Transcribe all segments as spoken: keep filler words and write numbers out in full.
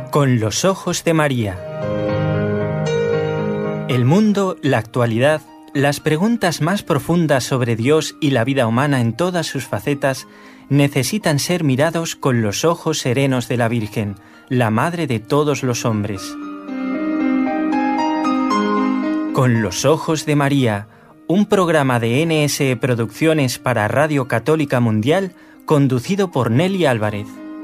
Con los ojos de María. El mundo, la actualidad, las preguntas más profundas sobre Dios y la vida humana en todas sus facetas necesitan ser mirados con los ojos serenos de la Virgen, la Madre de todos los hombres. Con los ojos de María, un programa de N S E Producciones para Radio Católica Mundial, conducido por Nelly Álvarez.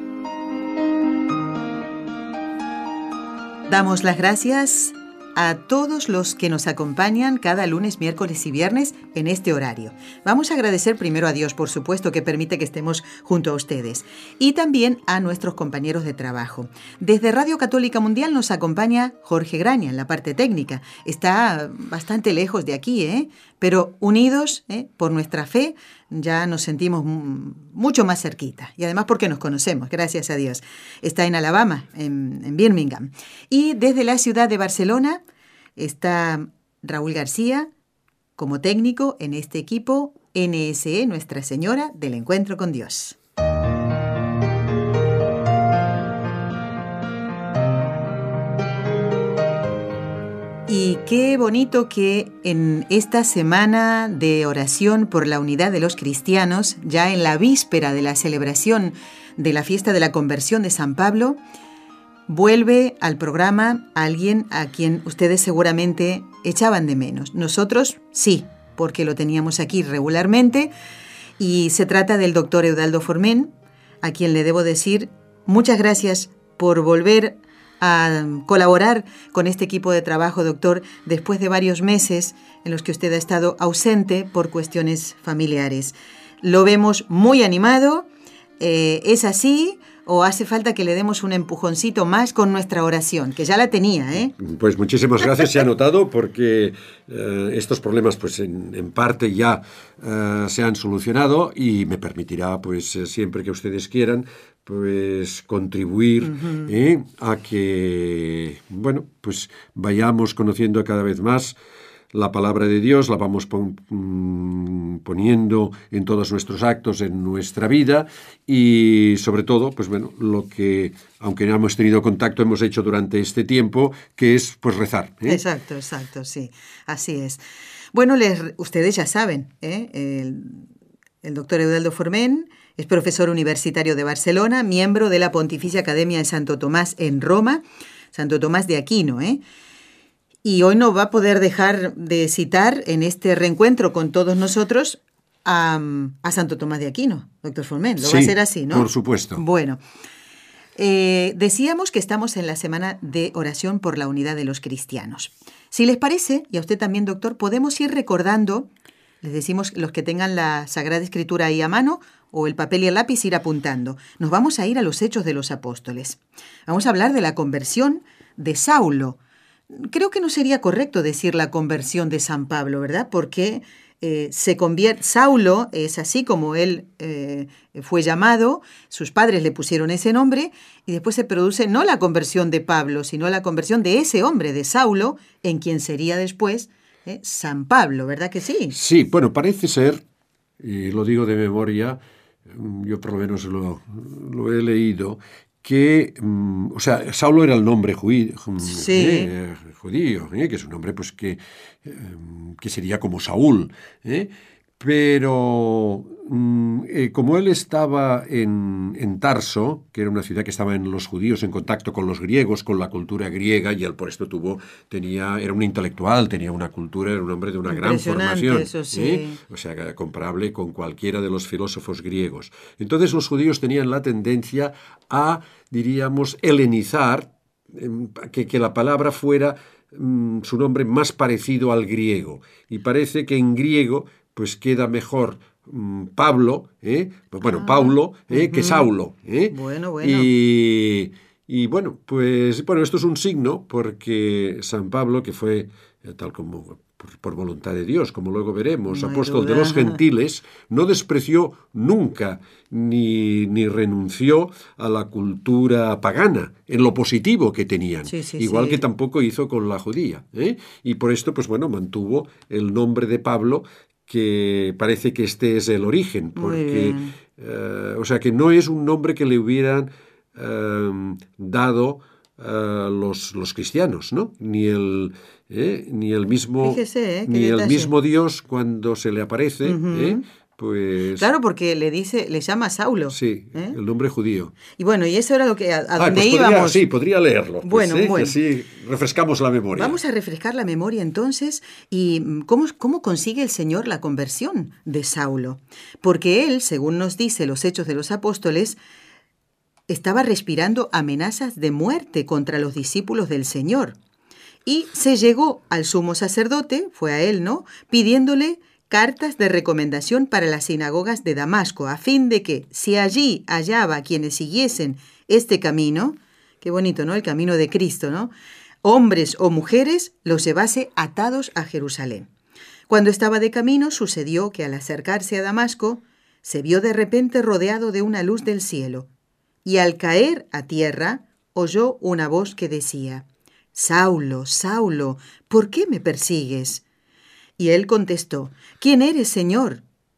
Damos las gracias a todos los que nos acompañan cada lunes, miércoles y viernes en este horario. Vamos a agradecer primero a Dios, por supuesto, que permite que estemos junto a ustedes, y también a nuestros compañeros de trabajo. Desde Radio Católica Mundial nos acompaña Jorge Graña en la parte técnica. Está bastante lejos de aquí, ¿eh? Pero unidos ¿eh? por nuestra fe, ya nos sentimos mucho más cerquita. Y además porque nos conocemos, gracias a Dios. Está en Alabama, en, en Birmingham. Y desde la ciudad de Barcelona está Raúl García como técnico en este equipo N S E Nuestra Señora del Encuentro con Dios. Y qué bonito que en esta semana de oración por la unidad de los cristianos, ya en la víspera de la celebración de la fiesta de la conversión de San Pablo, vuelve al programa alguien a quien ustedes seguramente echaban de menos. Nosotros sí, porque lo teníamos aquí regularmente, y se trata del doctor Eudaldo Forment, a quien le debo decir muchas gracias por volver a colaborar con este equipo de trabajo, doctor, después de varios meses en los que usted ha estado ausente por cuestiones familiares. Lo vemos muy animado. Eh, ¿Es así o hace falta que le demos un empujoncito más con nuestra oración, que ya la tenía, ¿eh? Pues muchísimas gracias, se ha notado, porque eh, estos problemas pues en, en parte ya eh, se han solucionado, y me permitirá pues eh, siempre que ustedes quieran pues contribuir uh-huh. eh, a que bueno pues vayamos conociendo cada vez más la palabra de Dios, la vamos pon, poniendo en todos nuestros actos, en nuestra vida, y sobre todo, pues bueno, lo que, aunque no hemos tenido contacto, hemos hecho durante este tiempo, que es pues rezar. ¿eh? Exacto, exacto, sí, así es. Bueno, les, ustedes ya saben, ¿eh? el, el doctor Eudaldo Forment es profesor universitario de Barcelona, miembro de la Pontificia Academia de Santo Tomás en Roma, Santo Tomás de Aquino, ¿eh? Y hoy no va a poder dejar de citar en este reencuentro con todos nosotros a, a Santo Tomás de Aquino, doctor Forment. Lo sí, va a hacer así, ¿no? Por supuesto. Bueno, eh, decíamos que estamos en la semana de oración por la unidad de los cristianos. Si les parece, y a usted también, doctor, podemos ir recordando, les decimos los que tengan la Sagrada Escritura ahí a mano o el papel y el lápiz, ir apuntando. Nos vamos a ir a los Hechos de los Apóstoles. Vamos a hablar de la conversión de Saulo. Creo que no sería correcto decir la conversión de San Pablo, ¿verdad? Porque eh, se convierte, Saulo es así como él eh, fue llamado, sus padres le pusieron ese nombre, y después se produce no la conversión de Pablo, sino la conversión de ese hombre, de Saulo, en quien sería después eh, San Pablo, ¿verdad que sí? Sí, bueno, parece ser, y lo digo de memoria, yo por lo menos lo, lo he leído, que, um, o sea, Saulo era el nombre judío, sí. eh, judío eh, que es un nombre pues que, eh, que sería como Saúl, eh, pero um, eh, como él estaba en, en Tarso, que era una ciudad que estaba en los judíos, en contacto con los griegos, con la cultura griega, y él por esto tuvo, tenía, era un intelectual, tenía una cultura, era un hombre de una gran formación, eso sí. ¿eh? O sea, comparable con cualquiera de los filósofos griegos. Entonces los judíos tenían la tendencia a, diríamos, helenizar, que, que la palabra fuera mm, su nombre más parecido al griego, y parece que en griego pues queda mejor mm, Pablo, ¿eh? bueno, ah, Paulo, ¿eh? uh-huh. que Saulo. ¿eh? Bueno, bueno. Y, y bueno, pues bueno, esto es un signo, porque San Pablo, que fue eh, tal como por, por voluntad de Dios, como luego veremos, no apóstol de los gentiles, no despreció nunca ni, ni renunció a la cultura pagana, en lo positivo que tenían, sí, sí, igual sí. que tampoco hizo con la judía, ¿eh? Y por esto, pues bueno, mantuvo el nombre de Pablo, que parece que este es el origen, porque, uh, o sea, que no es un nombre que le hubieran uh, dado uh, los, los cristianos, ¿no? Ni el, eh, ni el mismo, Fíjese, ¿eh? ni el detalle. mismo Dios cuando se le aparece, uh-huh. ¿eh? Pues... Claro, porque le dice, le llama Saulo. Sí, ¿eh? el nombre judío. Y bueno, y eso era lo que a, a ah, donde pues íbamos. Podría, sí, podría leerlo. Pues, bueno, ¿eh? bueno. Así refrescamos la memoria. Vamos a refrescar la memoria entonces. ¿Y cómo, cómo consigue el Señor la conversión de Saulo? Porque él, según nos dice los Hechos de los Apóstoles, estaba respirando amenazas de muerte contra los discípulos del Señor. Y se llegó al sumo sacerdote, fue a él, ¿no?, pidiéndole cartas de recomendación para las sinagogas de Damasco, a fin de que, si allí hallaba a quienes siguiesen este camino, qué bonito, ¿no?, el camino de Cristo, ¿no?, hombres o mujeres, los llevase atados a Jerusalén. Cuando estaba de camino, sucedió que al acercarse a Damasco, se vio de repente rodeado de una luz del cielo, y al caer a tierra, oyó una voz que decía: «Saulo, Saulo, ¿por qué me persigues?» Y él contestó: «¿Quién eres, Señor?»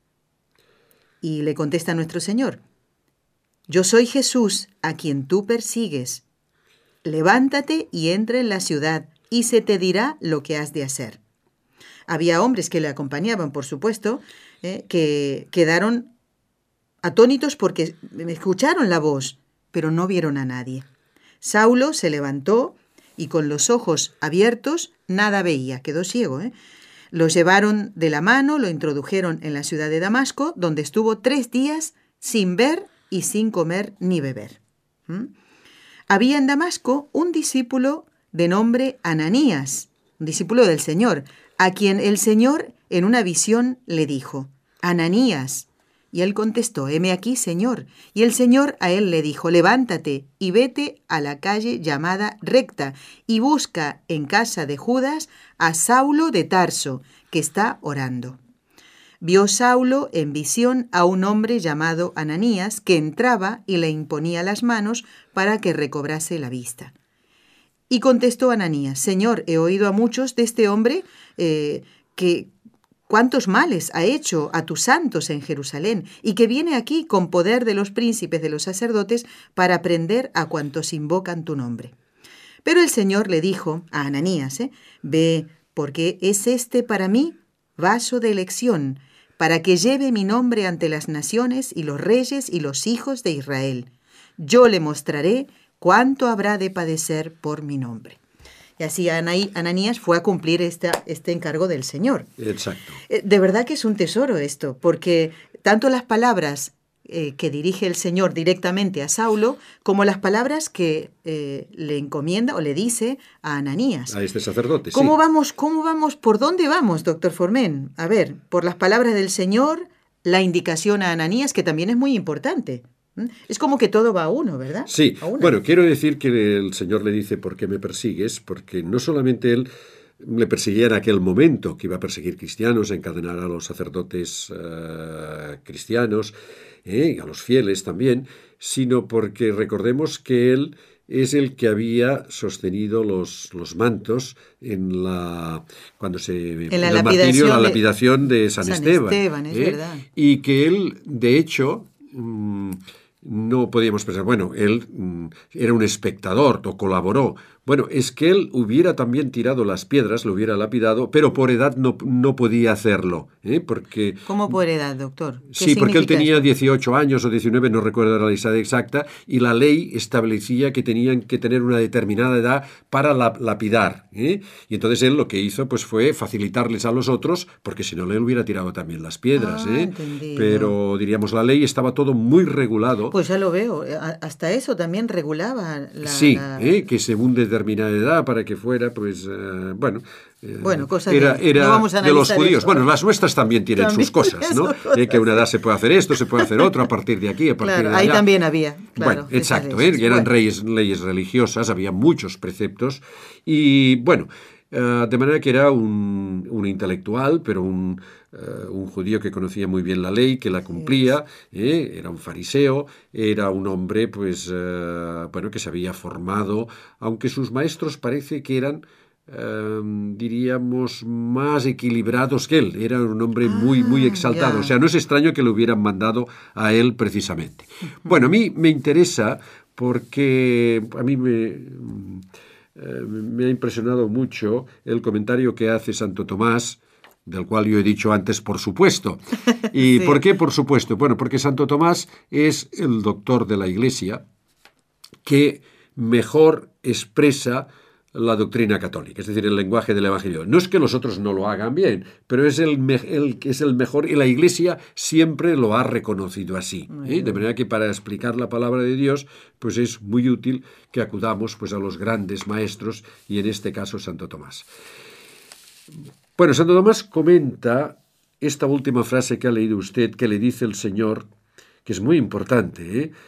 Y le contesta nuestro Señor: «Yo soy Jesús, a quien tú persigues. Levántate y entra en la ciudad, y se te dirá lo que has de hacer». Había hombres que le acompañaban, por supuesto, eh, que quedaron atónitos porque escucharon la voz, pero no vieron a nadie. Saulo se levantó y con los ojos abiertos nada veía, quedó ciego, ¿eh? Lo llevaron de la mano, lo introdujeron en la ciudad de Damasco, donde estuvo tres días sin ver y sin comer ni beber. ¿Mm? Había en Damasco un discípulo de nombre Ananías, un discípulo del Señor, a quien el Señor en una visión le dijo: «Ananías». Y él contestó: «Heme aquí, Señor». Y el Señor a él le dijo: «Levántate y vete a la calle llamada Recta y busca en casa de Judas a Saulo de Tarso, que está orando». Vio Saulo en visión a un hombre llamado Ananías que entraba y le imponía las manos para que recobrase la vista. Y contestó Ananías: «Señor, he oído a muchos de este hombre eh, que... cuántos males ha hecho a tus santos en Jerusalén, y que viene aquí con poder de los príncipes de los sacerdotes para prender a cuantos invocan tu nombre». Pero el Señor le dijo a Ananías, ¿eh? «Ve, porque es este para mí vaso de elección, para que lleve mi nombre ante las naciones y los reyes y los hijos de Israel. Yo le mostraré cuánto habrá de padecer por mi nombre». Y así Ananías fue a cumplir esta, este encargo del Señor. Exacto. De verdad que es un tesoro esto, porque tanto las palabras eh, que dirige el Señor directamente a Saulo, como las palabras que eh, le encomienda o le dice a Ananías. A este sacerdote, ¿Cómo sí. vamos, cómo vamos, por dónde vamos, doctor Formen? A ver, por las palabras del Señor, la indicación a Ananías, que también es muy importante. Es como que todo va a uno, ¿verdad? Sí, bueno, quiero decir que el Señor le dice: ¿por qué me persigues? Porque no solamente él le perseguía en aquel momento, que iba a perseguir cristianos, encadenar a los sacerdotes uh, cristianos, eh, y a los fieles también, sino porque recordemos que él es el que había sostenido los, los mantos en la cuando se en la en el martirio, la lapidación de San, San Esteban, Esteban es ¿eh? verdad. Y que él, de hecho, mmm, no podíamos pensar, bueno, él mm, era un espectador o colaboró. Bueno, es que él hubiera también tirado las piedras, lo hubiera lapidado, pero por edad no, no podía hacerlo, ¿eh? Porque... ¿Cómo por edad, doctor? Sí, porque él tenía dieciocho años o diecinueve, no recuerdo la edad exacta, y la ley establecía que tenían que tener una determinada edad para la, lapidar, ¿eh? Y entonces él lo que hizo pues fue facilitarles a los otros, porque si no le hubiera tirado también las piedras, ah, ¿eh? Entendido. Pero, diríamos, la ley estaba todo muy regulado. Pues ya lo veo, hasta eso también regulaba la... Sí, la... ¿eh? Que según determinada edad para que fuera, pues, uh, bueno... Eh, bueno, cosas era, de, era no vamos a de los judíos. Eso. Bueno, las nuestras también tienen también sus cosas, ¿no? Eh, que a una edad se puede hacer esto, se puede hacer otro, a partir de aquí, a partir claro, de allá. Ahí también había, claro. Bueno, exacto, ¿eh? Eran bueno. Reyes, leyes religiosas, había muchos preceptos y, bueno... Uh, de manera que era un, un intelectual, pero un, uh, un judío que conocía muy bien la ley, que la cumplía, ¿eh? Era un fariseo, era un hombre pues uh, bueno, que se había formado, aunque sus maestros parece que eran eh, diríamos, más equilibrados que él. Era un hombre muy, muy exaltado. ya. O sea, no es extraño que lo hubieran mandado a él precisamente. Bueno, a mí me interesa porque a mí me, eh, me ha impresionado mucho el comentario que hace Santo Tomás, del cual yo he dicho antes, por supuesto. ¿Y Sí. por qué por supuesto? Bueno, porque Santo Tomás es el doctor de la Iglesia que mejor expresa la doctrina católica, es decir, el lenguaje del Evangelio. No es que los otros no lo hagan bien, pero es el, me el, es el mejor, y la Iglesia siempre lo ha reconocido así. ¿eh? De manera que para explicar la palabra de Dios, pues es muy útil que acudamos pues, a los grandes maestros, y en este caso Santo Tomás. Bueno, Santo Tomás comenta esta última frase que ha leído usted, que le dice el Señor, que es muy importante, ¿eh?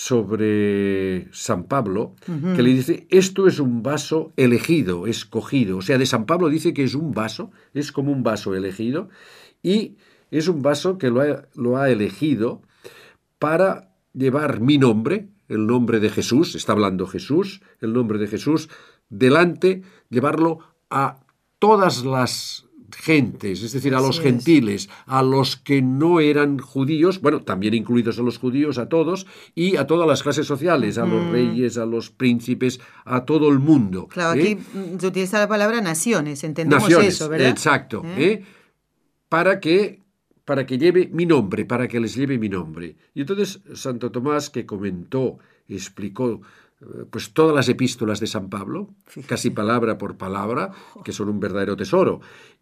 sobre San Pablo, uh-huh. que le dice, esto es un vaso elegido, escogido. O sea, de San Pablo dice que es un vaso, es como un vaso elegido, y es un vaso que lo ha, lo ha elegido para llevar mi nombre, el nombre de Jesús, está hablando Jesús, el nombre de Jesús, delante, llevarlo a todas las gentes, es decir, a los Así gentiles, es. a los que no eran judíos, bueno, también incluidos a los judíos, a todos, y a todas las clases sociales, a los reyes, a los príncipes, a todo el mundo. Claro, ¿eh? aquí se utiliza la palabra naciones, entendemos Naciones, eso, ¿verdad? exacto, ¿Eh? ¿eh? para que para que lleve mi nombre, para que les lleve mi nombre. Y entonces Santo Tomás, que comentó, explicó pues todas las epístolas de San Pablo, Fíjate. casi palabra por palabra, que son un verdadero tesoro.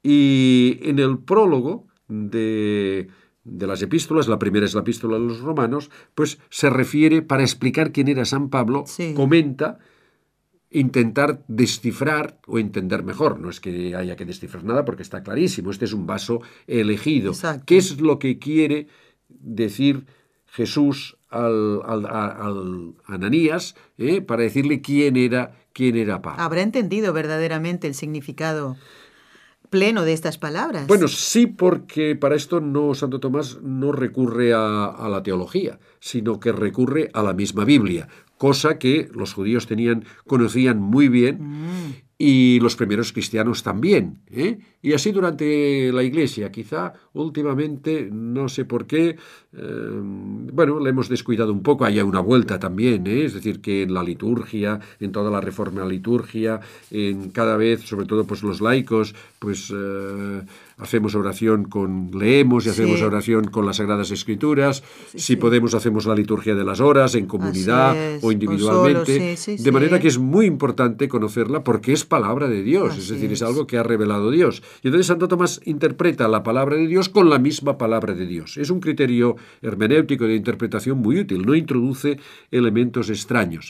Y en el prólogo de, de las epístolas, la primera es la epístola de los Romanos, pues se refiere, para explicar quién era San Pablo, sí. comenta intentar descifrar o entender mejor. No es que haya que descifrar nada porque está clarísimo, este es un vaso elegido. Exacto. ¿Qué es lo que quiere decir Jesús al, al, al Ananías eh, para decirle quién era, quién era Pablo? ¿Habrá entendido verdaderamente el significado pleno de estas palabras? Bueno, sí, porque para esto no Santo Tomás no recurre a, a la teología, sino que recurre a la misma Biblia, cosa que los judíos tenían, conocían muy bien, mm. y los primeros cristianos también, ¿eh? Y así durante la Iglesia, quizá últimamente, no sé por qué, eh, bueno, le hemos descuidado un poco, hay una vuelta también, ¿eh? Es decir, que en la liturgia, en toda la reforma de la liturgia, en cada vez, sobre todo pues los laicos, pues eh, hacemos oración con, leemos y hacemos sí. oración con las Sagradas Escrituras, sí, si sí. podemos hacemos la liturgia de las horas en comunidad o individualmente, solo, sí, sí, de manera sí. que es muy importante conocerla porque es palabra de Dios, Así es decir, es. es algo que ha revelado Dios. Y entonces Santo Tomás interpreta la palabra de Dios con la misma palabra de Dios. Es un criterio hermenéutico de interpretación muy útil, no introduce elementos extraños.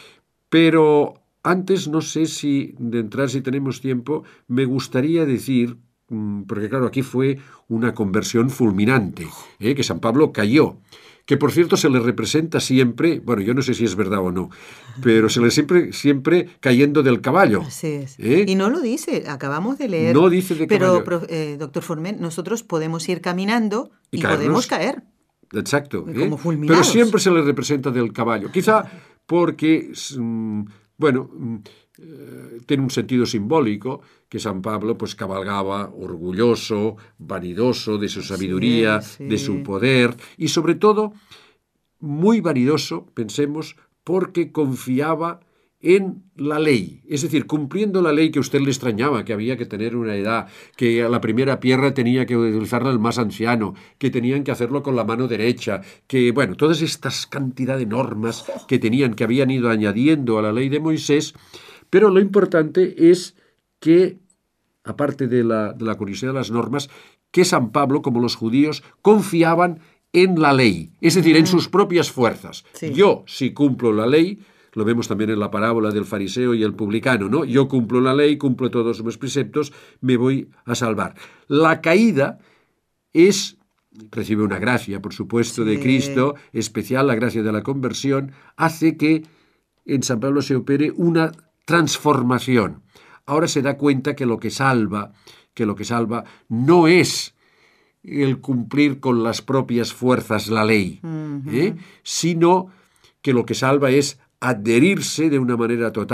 Pero antes, no sé si de entrar, si tenemos tiempo, me gustaría decir, porque claro, aquí fue una conversión fulminante, ¿eh? que San Pablo cayó. Que por cierto se le representa siempre, bueno, yo no sé si es verdad o no, pero se le siempre, siempre cayendo del caballo. Así es. ¿Eh? Y no lo dice, acabamos de leer. No dice de pero, caballo. Pero, eh, doctor Forment, nosotros podemos ir caminando y, y caernos, podemos caer. Exacto. ¿eh? Como Pero fulminados. siempre se le representa del caballo. Quizá porque, bueno, tiene un sentido simbólico, que San Pablo pues cabalgaba orgulloso, vanidoso de su sabiduría, sí, sí. de su poder, y sobre todo muy vanidoso, pensemos, porque confiaba en la ley, es decir, cumpliendo la ley que a usted le extrañaba, que había que tener una edad, que a la primera pierna tenía que utilizarla el más anciano, que tenían que hacerlo con la mano derecha, que, bueno, todas estas cantidad de normas que tenían, que habían ido añadiendo a la ley de Moisés, pero lo importante es que, aparte de la, de la curiosidad de las normas, que San Pablo, como los judíos, confiaban en la ley, es decir, en sus propias fuerzas. Sí. Yo, si cumplo la ley, lo vemos también en la parábola del fariseo y el publicano, ¿no? Yo cumplo la ley, cumplo todos mis preceptos, me voy a salvar. La caída es, recibe una gracia, por supuesto, sí. de Cristo, especial, la gracia de la conversión, hace que en San Pablo se opere una transformación. Ahora se da cuenta que lo que salva, que lo que salva no es el cumplir con las propias fuerzas la ley, uh-huh. ¿eh? sino que lo que salva es adherirse de una manera total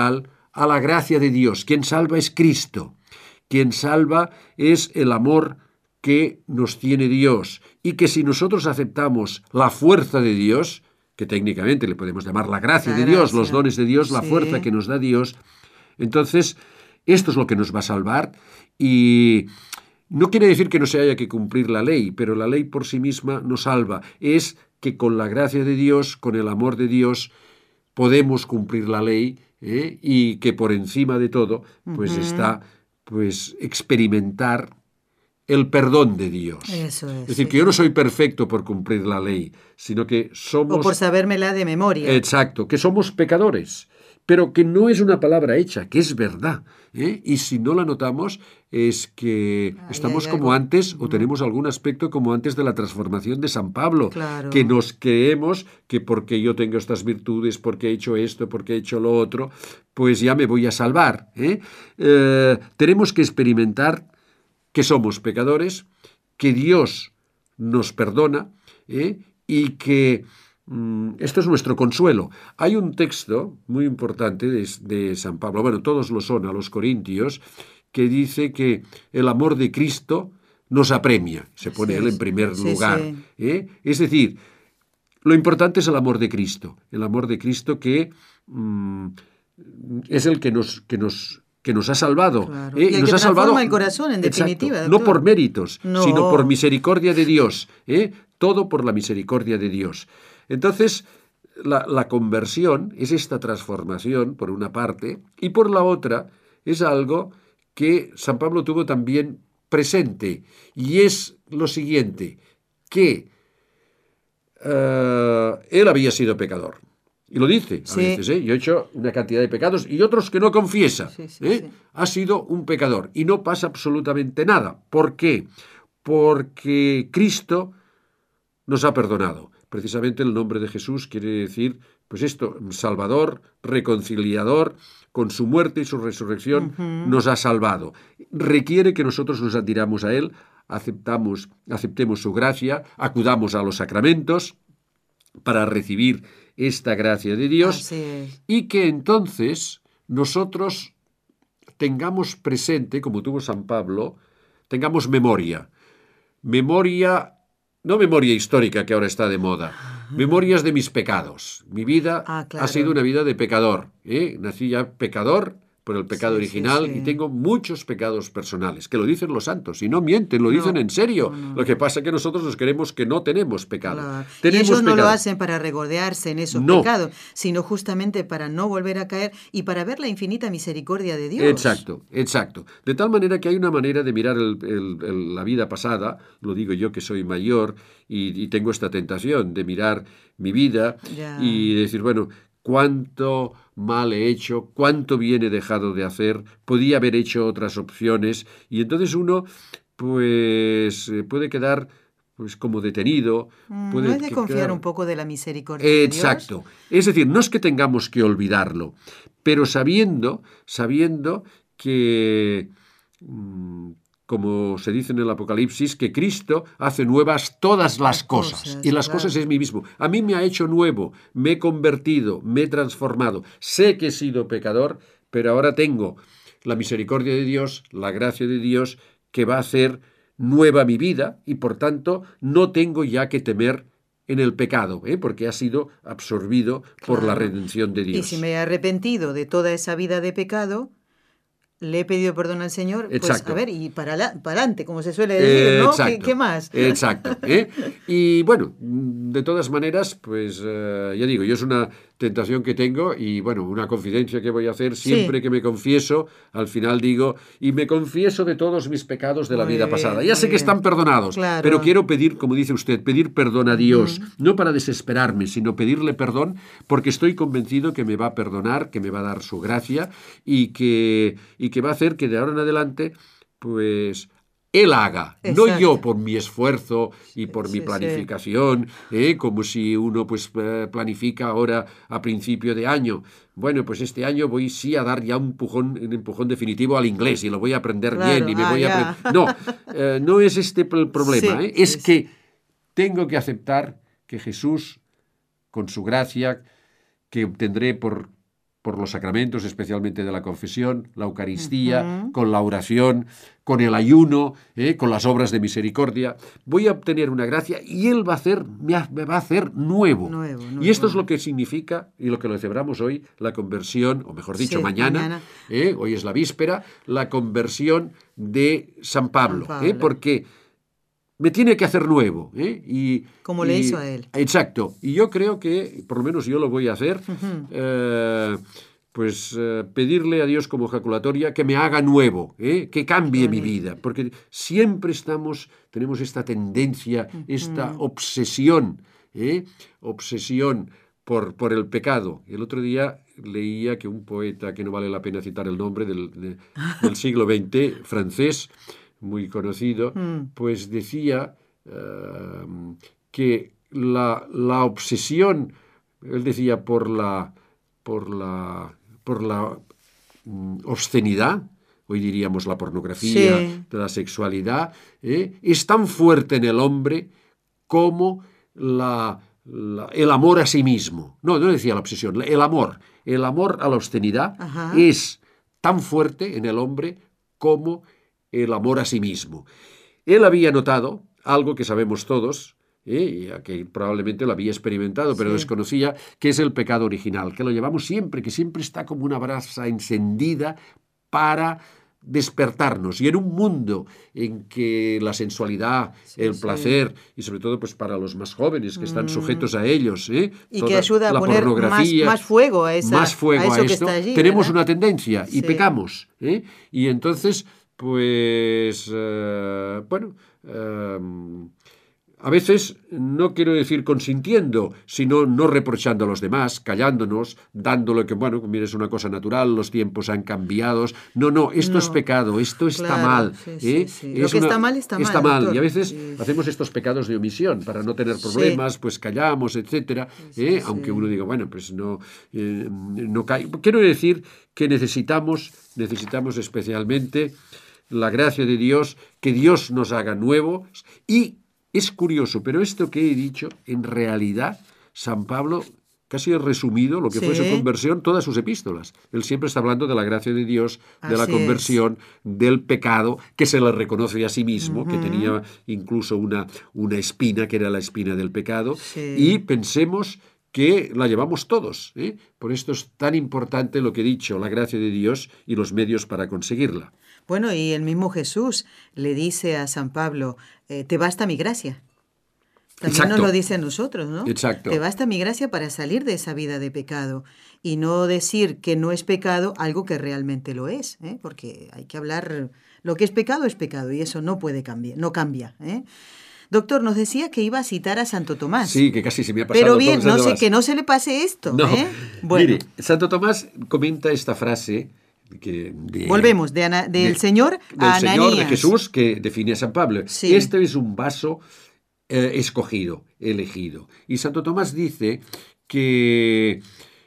a la gracia de Dios. Quien salva es Cristo. Quien salva es el amor que nos tiene Dios. Y que si nosotros aceptamos la fuerza de Dios, que técnicamente le podemos llamar la gracia la de gracia. Dios, los dones de Dios, la Sí. fuerza que nos da Dios, entonces esto es lo que nos va a salvar. Y no quiere decir que no se haya que cumplir la ley, pero la ley por sí misma no salva. Es que con la gracia de Dios, con el amor de Dios, podemos cumplir la ley, ¿eh? Y que por encima de todo, pues Ujú. está pues experimentar el perdón de Dios. Eso es. Es decir, sí, que yo no sí. soy perfecto por cumplir la ley, sino que somos... O por sabérmela de memoria. Exacto, que somos pecadores, pero que no es una palabra hecha, que es verdad, ¿eh? Y si no la notamos, es que Ahí estamos hay como algo. antes, o Ujú. tenemos algún aspecto como antes de la transformación de San Pablo, Claro. que nos creemos que porque yo tengo estas virtudes, porque he hecho esto, porque he hecho lo otro, pues ya me voy a salvar, ¿eh? Eh, tenemos que experimentar que somos pecadores, que Dios nos perdona, ¿eh? Y que mm, esto es nuestro consuelo. Hay un texto muy importante de, de San Pablo, bueno, todos lo son, a los Corintios, que dice que el amor de Cristo nos apremia. Se pone Sí, él en sí, primer sí, lugar. sí. ¿eh? Es decir, lo importante es el amor de Cristo, el amor de Cristo que mm, es el que nos... Que nos que nos ha salvado. Claro. ¿eh? Y el nos que ha salvado, transforma el corazón, en definitiva, exacto, doctor. no por méritos, No. sino por misericordia de Dios. ¿eh? Todo por la misericordia de Dios. Entonces, la, la conversión es esta transformación, por una parte, y por la otra, es algo que San Pablo tuvo también presente, y es lo siguiente, que uh, él había sido pecador. Y lo dice a Sí. veces, ¿eh? Yo he hecho una cantidad de pecados y otros que no confiesa. Sí, sí, ¿eh? sí. Ha sido un pecador y no pasa absolutamente nada. ¿Por qué? Porque Cristo nos ha perdonado. Precisamente el nombre de Jesús quiere decir, pues esto, Salvador, reconciliador, con su muerte y su resurrección Ujú. nos ha salvado. Requiere que nosotros nos adhiramos a Él, aceptamos, aceptemos su gracia, acudamos a los sacramentos para recibir esta gracia de Dios. Así es. Y que entonces nosotros tengamos presente, como tuvo San Pablo, tengamos memoria. Memoria, no memoria histórica que ahora está de moda, memorias de mis pecados. Mi vida Ah, claro. ha sido una vida de pecador. ¿eh? Nací ya pecador por el pecado Sí, original sí, sí. y tengo muchos pecados personales, que lo dicen los santos, y no mienten, lo No, dicen en serio. no, no, Lo que no. pasa es que nosotros nos creemos que no tenemos pecado. Claro. Y Tenemos ellos no lo pecado. hacen para regodearse en esos No. pecados, sino justamente para no volver a caer y para ver la infinita misericordia de Dios. Exacto, exacto. De tal manera que hay una manera de mirar el- el- el- la vida pasada, lo digo yo que soy mayor y, y tengo esta tentación de mirar mi vida Ya. y decir, bueno, cuánto mal he hecho, cuánto bien he dejado de hacer, podía haber hecho otras opciones, y entonces uno pues eh, puede quedar pues como detenido. Mm, puede ¿No es de que- confiar quedar- un poco de la misericordia de Dios? Exacto. Es decir, no es que tengamos que olvidarlo, pero sabiendo, sabiendo que, mm, como se dice en el Apocalipsis, que Cristo hace nuevas todas las Las cosas. cosas, Y las claro. cosas es mí mismo. A mí me ha hecho nuevo, me he convertido, me he transformado. Sé que he sido pecador, pero ahora tengo la misericordia de Dios, la gracia de Dios, que va a hacer nueva mi vida, y por tanto no tengo ya que temer en el pecado, ¿eh? Porque ha sido absorbido por la Claro. redención de Dios. Y si me he arrepentido de toda esa vida de pecado, le he pedido perdón al Señor, pues Exacto. a ver, y para adelante, como se suele decir, ¿no? ¿Qué, Exacto, qué más? Exacto. ¿eh? Y bueno, de todas maneras, pues eh, ya digo, yo es una tentación que tengo y bueno, una confidencia que voy a hacer siempre Sí. que me confieso, al final digo, y me confieso de todos mis pecados de la Muy vida bien, pasada. Ya muy sé que bien. están perdonados, Claro. pero quiero pedir, como dice usted, pedir perdón a Dios, no para desesperarme, sino pedirle perdón porque estoy convencido que me va a perdonar, que me va a dar su gracia y que, y que va a hacer que de ahora en adelante, pues Él haga, no Exacto. yo por mi esfuerzo y por Sí, mi sí. planificación, ¿eh? Como si uno pues eh, planifica ahora a principio de año. Bueno, pues este año voy sí a dar ya un empujón, un empujón definitivo al inglés y lo voy a aprender Claro, bien y me ah, voy a ya. apre- No, eh, no es este el problema, Sí, ¿eh? Es sí, sí. que tengo que aceptar que Jesús, con su gracia, que obtendré por por los sacramentos, especialmente de la confesión, la Eucaristía, uh-huh. con la oración, con el ayuno, ¿eh? con las obras de misericordia, voy a obtener una gracia y Él va a hacer, me, ha, me va a hacer nuevo. Nuevo, nuevo. Y esto es lo que significa, y lo que lo celebramos hoy, la conversión, o mejor dicho, sí, mañana, mañana. ¿eh? hoy es la víspera, la conversión de San Pablo, San Pablo. ¿eh? porque me tiene que hacer nuevo. ¿eh? Y, Como y, le hizo a él. Exacto. Y yo creo que, por lo menos yo lo voy a hacer, uh-huh. eh, pues eh, pedirle a Dios como ejaculatoria que me haga nuevo, ¿eh? que cambie uh-huh. mi vida. Porque siempre estamos, tenemos esta tendencia, uh-huh. esta obsesión, ¿eh? obsesión por, por el pecado. El otro día leía que un poeta, que no vale la pena citar el nombre, del, de, del siglo veinte, francés, muy conocido, mm. pues decía uh, que la, la obsesión, él decía, por la, por la, por la um, obscenidad, hoy diríamos la pornografía, sí. la sexualidad, ¿eh? es tan fuerte en el hombre como la, la, el amor a sí mismo. No, no decía la obsesión, el amor. El amor a la obscenidad Ajá. es tan fuerte en el hombre como el amor a sí mismo. Él había notado algo que sabemos todos, ¿eh? que probablemente lo había experimentado, pero sí. desconocía, que es el pecado original, que lo llevamos siempre, que siempre está como una brasa encendida para despertarnos. Y en un mundo en que la sensualidad, sí, el placer, sí. y sobre todo pues para los más jóvenes que están mm. sujetos a ellos, ¿eh? y que ayuda a poner más, más fuego a, esa, más fuego a eso a esto, que está allí, tenemos ¿verdad? una tendencia y sí. pecamos. ¿eh? Y entonces, pues, uh, bueno, uh, a veces no quiero decir consintiendo, sino no reprochando a los demás, callándonos, dándole que, bueno, mira, es una cosa natural, los tiempos han cambiado. No, no, esto no, es pecado, esto está claro, mal. Sí, ¿eh? sí, sí. Lo es que una, está mal, está, está mal. mal. Doctor. Y a veces sí. hacemos estos pecados de omisión para no tener problemas, sí. pues callamos, etcétera. Sí, ¿eh? sí. Aunque uno diga, bueno, pues no, eh, no cae. Quiero decir que necesitamos, necesitamos especialmente la gracia de Dios, que Dios nos haga nuevos. Y es curioso, pero esto que he dicho, en realidad, San Pablo casi ha resumido lo que sí. fue su conversión, todas sus epístolas. Él siempre está hablando de la gracia de Dios, de Así la conversión, es. del pecado, que se le reconoce a sí mismo, uh-huh. que tenía incluso una, una espina, que era la espina del pecado. Sí. Y pensemos que la llevamos todos. ¿eh? Por esto es tan importante lo que he dicho, la gracia de Dios y los medios para conseguirla. Bueno, y el mismo Jesús le dice a San Pablo, eh, te basta mi gracia. También Exacto. nos lo dice a nosotros, ¿no? Exacto. Te basta mi gracia para salir de esa vida de pecado y no decir que no es pecado algo que realmente lo es, ¿eh? Porque hay que hablar, lo que es pecado es pecado y eso no puede cambiar, no cambia, ¿eh? Doctor, nos decía que iba a citar a Santo Tomás. Sí, que casi se me ha pasado. Pero bien, no sé, que no se le pase esto. No. ¿eh? Bueno. Mire, Santo Tomás comenta esta frase que de, Volvemos, de Ana, del de, Señor a Del Ananías. Señor, de Jesús, que define a San Pablo. Sí. Este es un vaso eh, escogido, elegido. Y Santo Tomás dice que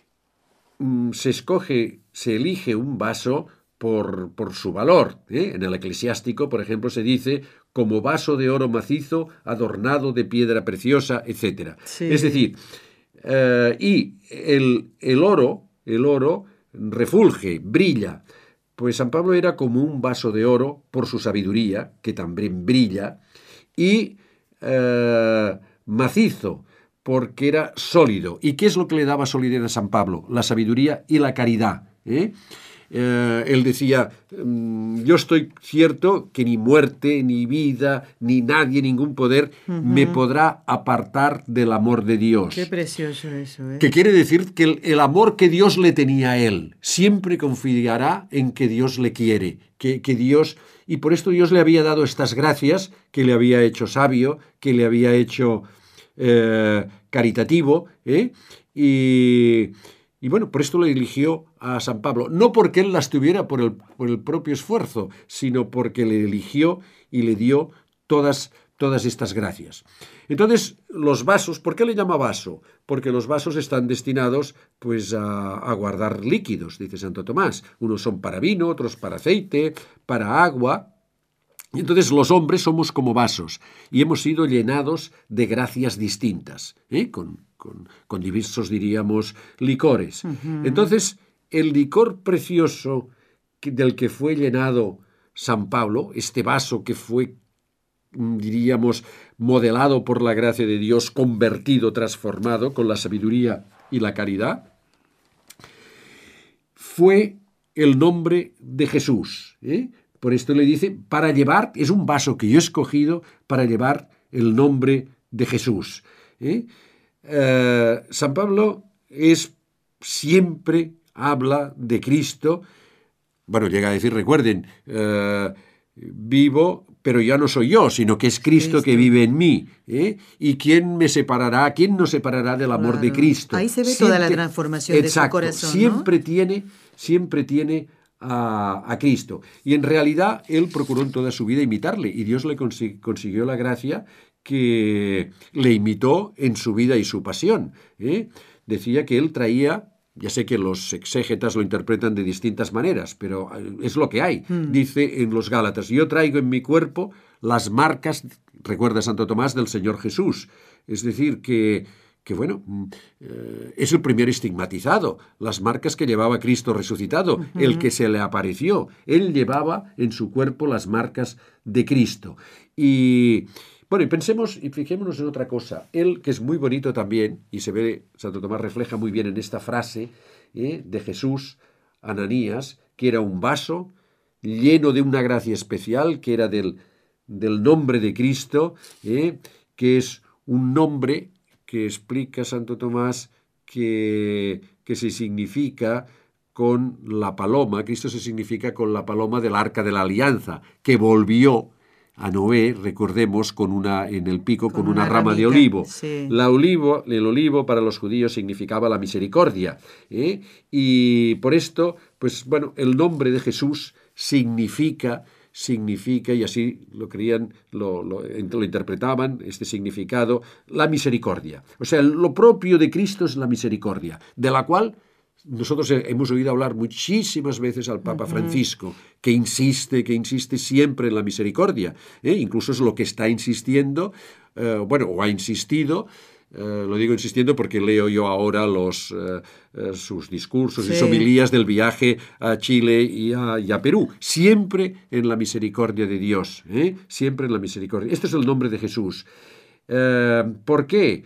mm, se escoge, se elige un vaso por, por su valor. ¿eh? En el eclesiástico, por ejemplo, se dice como vaso de oro macizo, adornado de piedra preciosa, etcétera. Sí. Es decir, eh, y el, el oro, el oro refulge, brilla. Pues San Pablo era como un vaso de oro por su sabiduría, que también brilla, y eh, macizo, porque era sólido. ¿Y qué es lo que le daba solidez a San Pablo? La sabiduría y la caridad. ¿eh? Eh, él decía, yo estoy cierto que ni muerte, ni vida, ni nadie, ningún poder uh-huh. me podrá apartar del amor de Dios. Qué precioso eso, ¿eh? Que quiere decir que el, el amor que Dios le tenía a él siempre confiará en que Dios le quiere, que, que Dios, y por esto Dios le había dado estas gracias, que le había hecho sabio, que le había hecho eh, caritativo, ¿eh? y... Y bueno, por esto le eligió a San Pablo, no porque él las tuviera por el, por el propio esfuerzo, sino porque le eligió y le dio todas, todas estas gracias. Entonces, los vasos, ¿por qué le llama vaso? Porque los vasos están destinados pues, a, a guardar líquidos, dice Santo Tomás. Unos son para vino, otros para aceite, para agua. Y entonces los hombres somos como vasos y hemos sido llenados de gracias distintas, ¿eh? con, con, con diversos, diríamos, licores. Uh-huh. Entonces, el licor precioso del que fue llenado San Pablo, este vaso que fue, diríamos, modelado por la gracia de Dios, convertido, transformado con la sabiduría y la caridad, fue el nombre de Jesús. ¿eh? Por esto le dice, para llevar, es un vaso que yo he escogido para llevar el nombre de Jesús. ¿eh? Uh, San Pablo es, siempre habla de Cristo. Bueno, llega a decir, recuerden, uh, vivo, pero ya no soy yo, sino que es Cristo, Cristo. que vive en mí. ¿eh? ¿Y quién me separará? ¿Quién nos separará del amor claro. de Cristo? Ahí se ve siempre, toda la transformación exacto, de su corazón, siempre ¿no? tiene, siempre tiene a, a Cristo. Y en realidad él procuró en toda su vida imitarle, y Dios le consi- consiguió la gracia que le imitó en su vida y su pasión. ¿eh? Decía que él traía, ya sé que los exégetas lo interpretan de distintas maneras, pero es lo que hay. Mm. Dice en los Gálatas, yo traigo en mi cuerpo las marcas, recuerda Santo Tomás, del Señor Jesús. Es decir, que, que bueno, eh, es el primer estigmatizado, las marcas que llevaba Cristo resucitado, uh-huh. el que se le apareció. Él llevaba en su cuerpo las marcas de Cristo. Y... Bueno, y pensemos y fijémonos en otra cosa. Él, que es muy bonito también, y se ve, Santo Tomás refleja muy bien en esta frase ¿eh? de Jesús, Ananías, que era un vaso lleno de una gracia especial, que era del, del nombre de Cristo, ¿eh? que es un nombre que explica Santo Tomás que, que se significa con la paloma, Cristo se significa con la paloma del Arca de la Alianza, que volvió a Noé, recordemos, con una, en el pico con, con una, una rama ramita, de olivo. Sí. La olivo. El olivo para los judíos significaba la misericordia. ¿eh? Y por esto, pues bueno, el nombre de Jesús significa, significa, y así lo creían, lo, lo, lo interpretaban, este significado, la misericordia. O sea, lo propio de Cristo es la misericordia, de la cual nosotros hemos oído hablar muchísimas veces al Papa Francisco, que insiste, que insiste siempre en la misericordia. ¿eh? Incluso es lo que está insistiendo, eh, bueno, o ha insistido, eh, lo digo insistiendo porque leo yo ahora los, eh, eh, sus discursos sí. y homilías del viaje a Chile y a, y a Perú. Siempre en la misericordia de Dios, ¿eh? siempre en la misericordia. Este es el nombre de Jesús. Eh, ¿Por qué?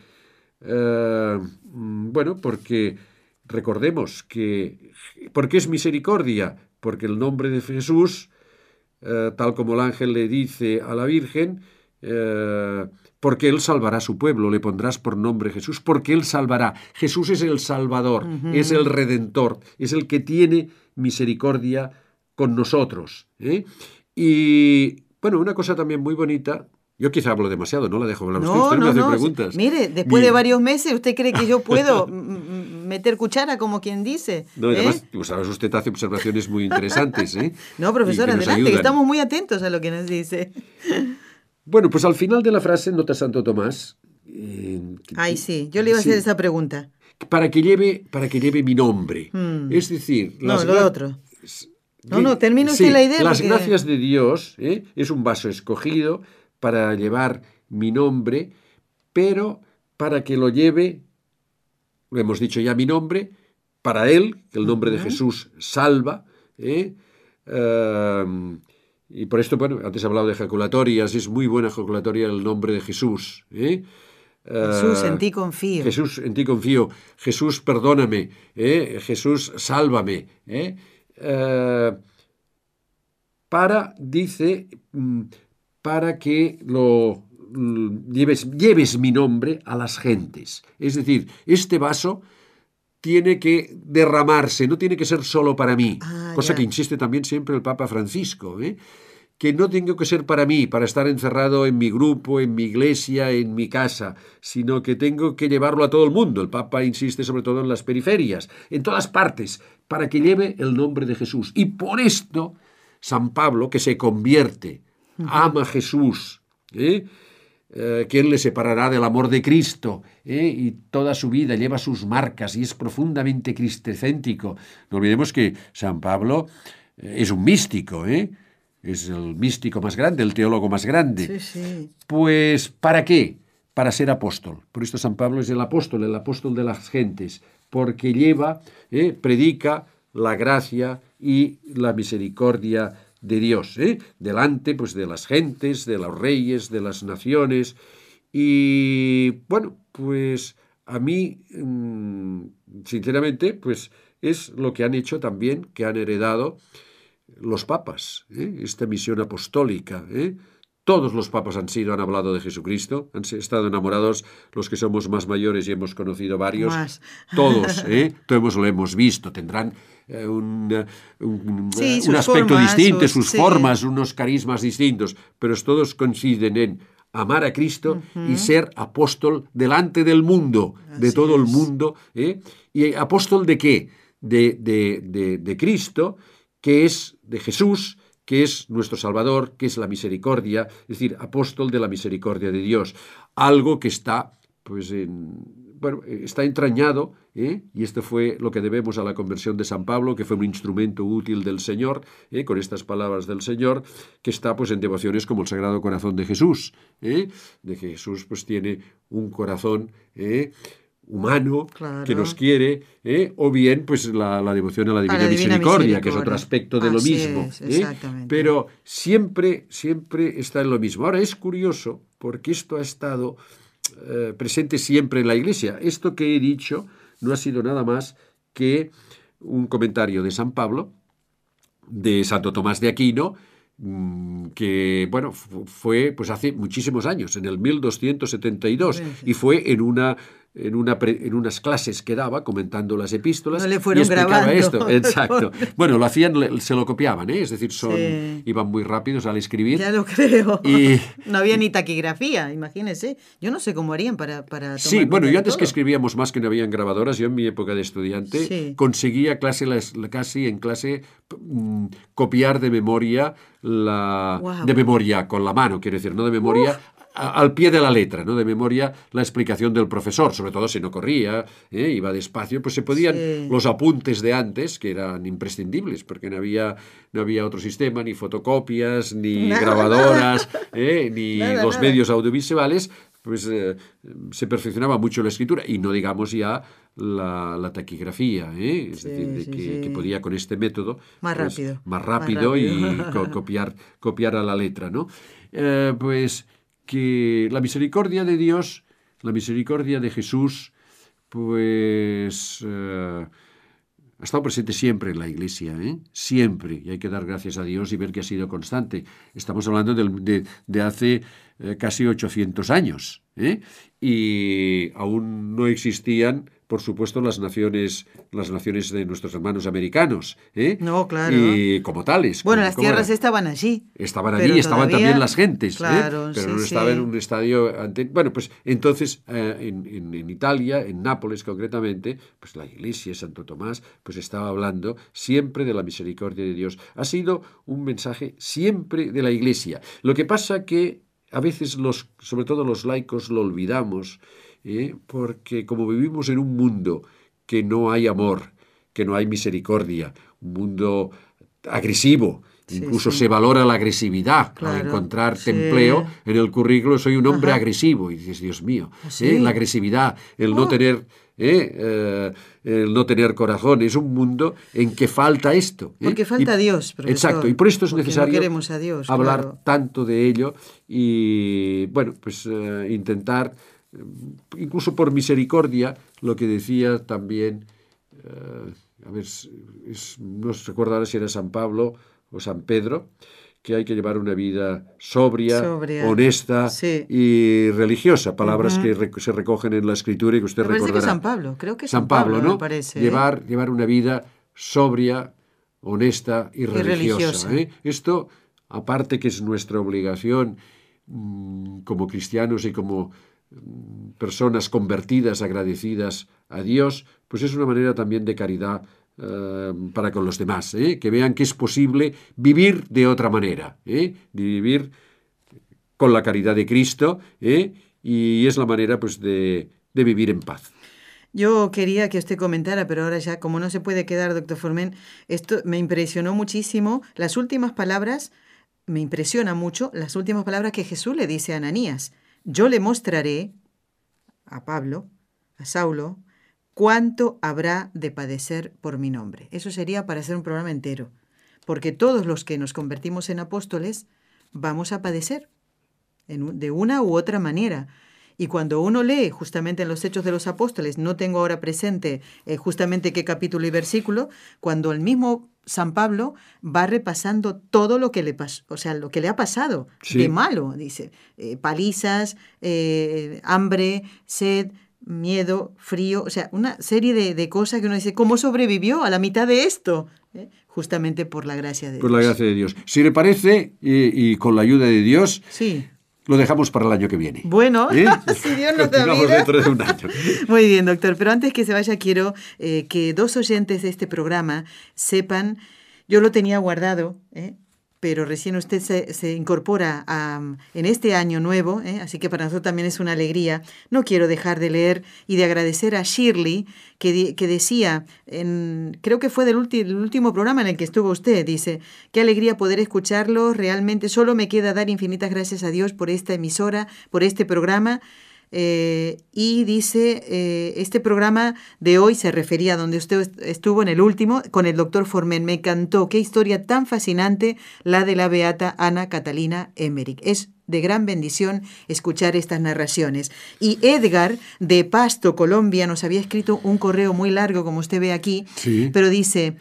Eh, bueno, porque... Recordemos que, ¿por qué es misericordia? Porque el nombre de Jesús, eh, tal como el ángel le dice a la Virgen, eh, porque Él salvará a su pueblo, le pondrás por nombre Jesús, porque Él salvará. Jesús es el Salvador, uh-huh. es el Redentor, es el que tiene misericordia con nosotros. ¿eh? Y, bueno, una cosa también muy bonita. Yo quizá hablo demasiado, no la dejo hablar. No, usted, usted no, me hace no. preguntas. Mire, después Mire. de varios meses, ¿usted cree que yo puedo meter cuchara, como quien dice? No, y además, ¿eh? pues, sabes, usted hace observaciones muy interesantes. ¿eh? No, profesor, que adelante, que estamos muy atentos a lo que nos dice. Bueno, pues al final de la frase, nota Santo Tomás. Eh, Ay, sí, yo le iba a hacer sí, esa pregunta. Para que lleve, para que lleve mi nombre. Hmm. Es decir... No, lo gra- otro. No, no, termine usted sí, la idea. Las porque... gracias de Dios, ¿eh? es un vaso escogido para llevar mi nombre, pero para que lo lleve, lo hemos dicho ya mi nombre, para él, que el nombre uh-huh. de Jesús salva, ¿eh? Uh, y por esto, bueno, antes he hablado de ejaculatorias, es muy buena ejaculatoria el nombre de Jesús. ¿eh? Uh, Jesús, en ti confío. Jesús, en ti confío. Jesús, perdóname. ¿eh? Jesús, sálvame. ¿eh? Uh, para, dice, para que lo lleves, lleves mi nombre a las gentes. Es decir, este vaso tiene que derramarse, no tiene que ser solo para mí, ah, cosa ya. que insiste también siempre el Papa Francisco, ¿eh? que no tengo que ser para mí, para estar encerrado en mi grupo, en mi iglesia, en mi casa, sino que tengo que llevarlo a todo el mundo. El Papa insiste sobre todo en las periferias, en todas partes, para que lleve el nombre de Jesús. Y por esto, San Pablo, que se convierte, uh-huh. ama a Jesús, ¿eh? Eh, ¿quién le separará del amor de Cristo? ¿eh? Y toda su vida lleva sus marcas y es profundamente cristocéntrico. No olvidemos que San Pablo eh, es un místico, ¿eh? es el místico más grande, el teólogo más grande. Sí, sí. Pues, ¿para qué? Para ser apóstol. Por esto San Pablo es el apóstol, el apóstol de las gentes, porque lleva, eh, predica la gracia y la misericordia de Dios, ¿eh? delante pues, de las gentes, de los reyes, de las naciones. Y bueno, pues a mí, sinceramente, pues es lo que han hecho también, que han heredado los papas, ¿eh? esta misión apostólica, ¿eh? Todos los papas han sido, han hablado de Jesucristo, han estado enamorados, los que somos más mayores y hemos conocido varios, más. todos, ¿eh? todos lo hemos visto, tendrán eh, un, un, sí, un aspecto formas, distinto, sus, sus sí. formas, unos carismas distintos, pero todos coinciden en amar a Cristo uh-huh. y ser apóstol delante del mundo, Así de todo es. el mundo. ¿eh? ¿Y apóstol de qué? De, de, de, de Cristo, que es de Jesús, que es nuestro Salvador, que es la misericordia, es decir, apóstol de la misericordia de Dios. Algo que está, pues, en, bueno, está entrañado, ¿eh? y esto fue lo que debemos a la conversión de San Pablo, que fue un instrumento útil del Señor, ¿eh? con estas palabras del Señor, que está, pues, en devociones como el Sagrado Corazón de Jesús, ¿eh? de que Jesús, pues, tiene un corazón, ¿eh? humano, claro. que nos quiere, ¿eh? o bien pues la, la devoción a la Divina, a la Divina Misericordia, Misericordia, que es otro aspecto de Así lo mismo. Es, exactamente. ¿eh? Pero siempre, siempre está en lo mismo. Ahora es curioso, porque esto ha estado eh, presente siempre en la Iglesia. Esto que he dicho no ha sido nada más que un comentario de San Pablo, de Santo Tomás de Aquino, que bueno fue pues hace muchísimos años, en el mil doscientos setenta y dos, y fue en una en una pre, en unas clases que daba comentando las epístolas no le fueron y explicaba grabando. esto, exacto. Bueno, lo hacían, se lo copiaban, ¿eh? es decir, son sí. iban muy rápidos al escribir. Ya lo creo. Y no había ni taquigrafía, imagínese. Yo no sé cómo harían para para tomar Sí, bueno, yo antes todo. que escribíamos más que no habían grabadoras, yo en mi época de estudiante sí. conseguía clase casi en clase mmm, copiar de memoria la wow. de memoria con la mano, quiero decir, no de memoria Uf. al pie de la letra, ¿no? De memoria la explicación del profesor, sobre todo si no corría, ¿eh? iba despacio, pues se podían sí. los apuntes de antes, que eran imprescindibles, porque no había, no había otro sistema, ni fotocopias, ni nada, grabadoras, nada. ¿eh? ni nada, los nada. medios audiovisuales, pues eh, se perfeccionaba mucho la escritura, y no digamos ya la, la taquigrafía, ¿eh? es sí, decir, de sí, que, sí. que podía con este método más pues, rápido, más rápido, más rápido. y co copiar, copiar a la letra, ¿no? Eh, pues que la misericordia de Dios, la misericordia de Jesús, pues eh, ha estado presente siempre en la Iglesia, ¿eh? siempre, y hay que dar gracias a Dios y ver que ha sido constante. Estamos hablando de, de, de hace eh, casi ochocientos años, ¿eh? y aún no existían, por supuesto, las naciones, las naciones de nuestros hermanos americanos, ¿eh? No, claro. Y como tales. Bueno, como, las tierras era? estaban allí. Estaban allí, estaban todavía... también las gentes, claro, ¿eh? Pero sí, no sí. estaba en un estadio... Ante... Bueno, pues entonces eh, en, en, en Italia, en Nápoles concretamente, pues la Iglesia, Santo Tomás, pues estaba hablando siempre de la misericordia de Dios. Ha sido un mensaje siempre de la Iglesia. Lo que pasa que a veces, los, sobre todo los laicos, lo olvidamos, ¿eh? porque como vivimos en un mundo que no hay amor, que no hay misericordia, un mundo agresivo, sí, incluso sí. se valora la agresividad, claro, al encontrarte sí. empleo en el currículo, soy un hombre Ajá. agresivo, y dices, Dios mío, ¿sí? ¿eh? la agresividad, el oh. no tener... ¿Eh? Eh, el no tener corazón, es un mundo en que falta esto. ¿eh? Porque falta y, Dios, profesor. Exacto, y por esto es necesario no queremos a Dios, hablar claro. tanto de ello y, bueno, pues eh, intentar, eh, incluso por misericordia, lo que decía también, eh, a ver, es, no recuerdo ahora si era San Pablo o San Pedro, que hay que llevar una vida sobria, sobria. honesta sí. y religiosa, palabras uh-huh. que re se recogen en la Escritura y que usted me recordará. Que San Pablo, creo que San, San Pablo, Pablo, ¿no? me parece. Llevar, ¿eh? llevar una vida sobria, honesta y, y religiosa. religiosa. ¿eh? Esto, aparte que es nuestra obligación mmm, como cristianos y como mmm, personas convertidas, agradecidas a Dios, pues es una manera también de caridad Uh, para con los demás, ¿eh? que vean que es posible vivir de otra manera, ¿eh? de vivir con la caridad de Cristo, ¿eh? y es la manera pues de, de vivir en paz. Yo quería que usted comentara, pero ahora ya, como no se puede quedar, doctor Forment, esto me impresionó muchísimo, las últimas palabras, me impresiona mucho, las últimas palabras que Jesús le dice a Ananías, yo le mostraré a Pablo, a Saulo, ¿cuánto habrá de padecer por mi nombre? Eso sería para hacer un programa entero, porque todos los que nos convertimos en apóstoles vamos a padecer en, de una u otra manera. Y cuando uno lee justamente en los Hechos de los Apóstoles, no tengo ahora presente eh, justamente qué capítulo y versículo, cuando el mismo San Pablo va repasando todo lo que le pasó, o sea, lo que le ha pasado sí. de malo, dice, eh, palizas, eh, hambre, sed, miedo, frío, o sea, una serie de, de cosas que uno dice, ¿cómo sobrevivió a la mitad de esto? ¿Eh? Justamente por la gracia de por Dios. Por la gracia de Dios. Si le parece, y, y con la ayuda de Dios... Sí. Lo dejamos para el año que viene. Bueno, ¿eh? Si Dios nos da vida. Dentro de un año. Muy bien, doctor. Pero antes que se vaya, quiero eh, que dos oyentes de este programa sepan, yo lo tenía guardado, ¿eh? pero recién usted se, se incorpora a, en este año nuevo, ¿eh? así que para nosotros también es una alegría. No quiero dejar de leer y de agradecer a Shirley, que, que decía, en, creo que fue del ulti, el último programa en el que estuvo usted, dice, qué alegría poder escucharlo, realmente solo me queda dar infinitas gracias a Dios por esta emisora, por este programa. Eh, y dice, eh, este programa de hoy se refería a donde usted estuvo en el último con el doctor Formen. Me encantó, qué historia tan fascinante la de la beata Ana Catalina Emmerich. Es de gran bendición escuchar estas narraciones. Y Edgar, de Pasto, Colombia, nos había escrito un correo muy largo, como usted ve aquí, sí. pero dice...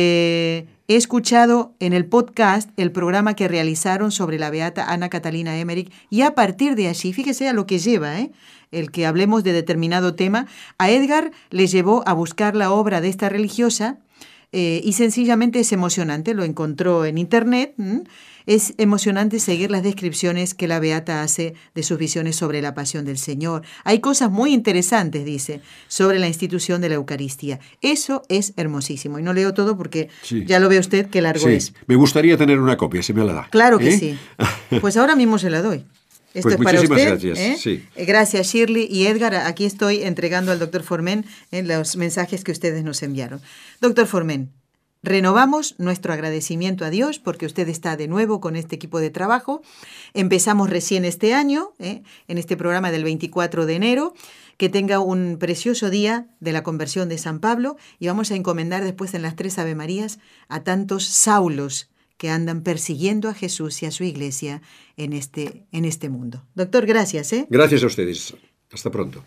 Eh, He escuchado en el podcast el programa que realizaron sobre la beata Ana Catalina Emmerich y a partir de allí, fíjese a lo que lleva, ¿eh? el que hablemos de determinado tema, a Edgar le llevó a buscar la obra de esta religiosa eh, y sencillamente es emocionante, lo encontró en internet, ¿m? Es emocionante seguir las descripciones que la beata hace de sus visiones sobre la pasión del Señor. Hay cosas muy interesantes, dice, sobre la institución de la Eucaristía. Eso es hermosísimo. Y no leo todo porque sí. ya lo ve usted que largo sí. es. Me gustaría tener una copia, si me la da. Claro que ¿Eh? sí. Pues ahora mismo se la doy. Esto pues es para usted. Gracias. ¿eh? Sí. Gracias, Shirley y Edgar. Aquí estoy entregando al doctor Formen en los mensajes que ustedes nos enviaron. Doctor Formen, renovamos nuestro agradecimiento a Dios porque usted está de nuevo con este equipo de trabajo. Empezamos recién este año, ¿eh? en este programa del veinticuatro de enero. Que tenga un precioso día de la conversión de San Pablo y vamos a encomendar después en las tres Ave Marías a tantos Saulos que andan persiguiendo a Jesús y a su iglesia en este, en este mundo. Doctor, gracias. ¿eh? Gracias a ustedes. Hasta pronto.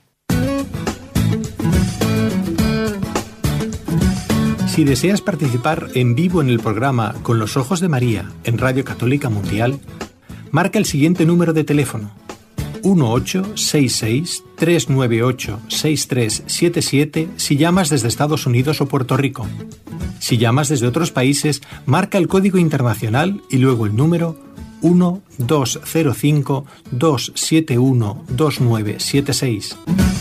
Si deseas participar en vivo en el programa Con los Ojos de María en Radio Católica Mundial, marca el siguiente número de teléfono: uno ocho seis seis, tres nueve ocho, seis tres siete siete si llamas desde Estados Unidos o Puerto Rico. Si llamas desde otros países, marca el código internacional y luego el número uno dos cero cinco, dos siete uno, dos nueve siete seis.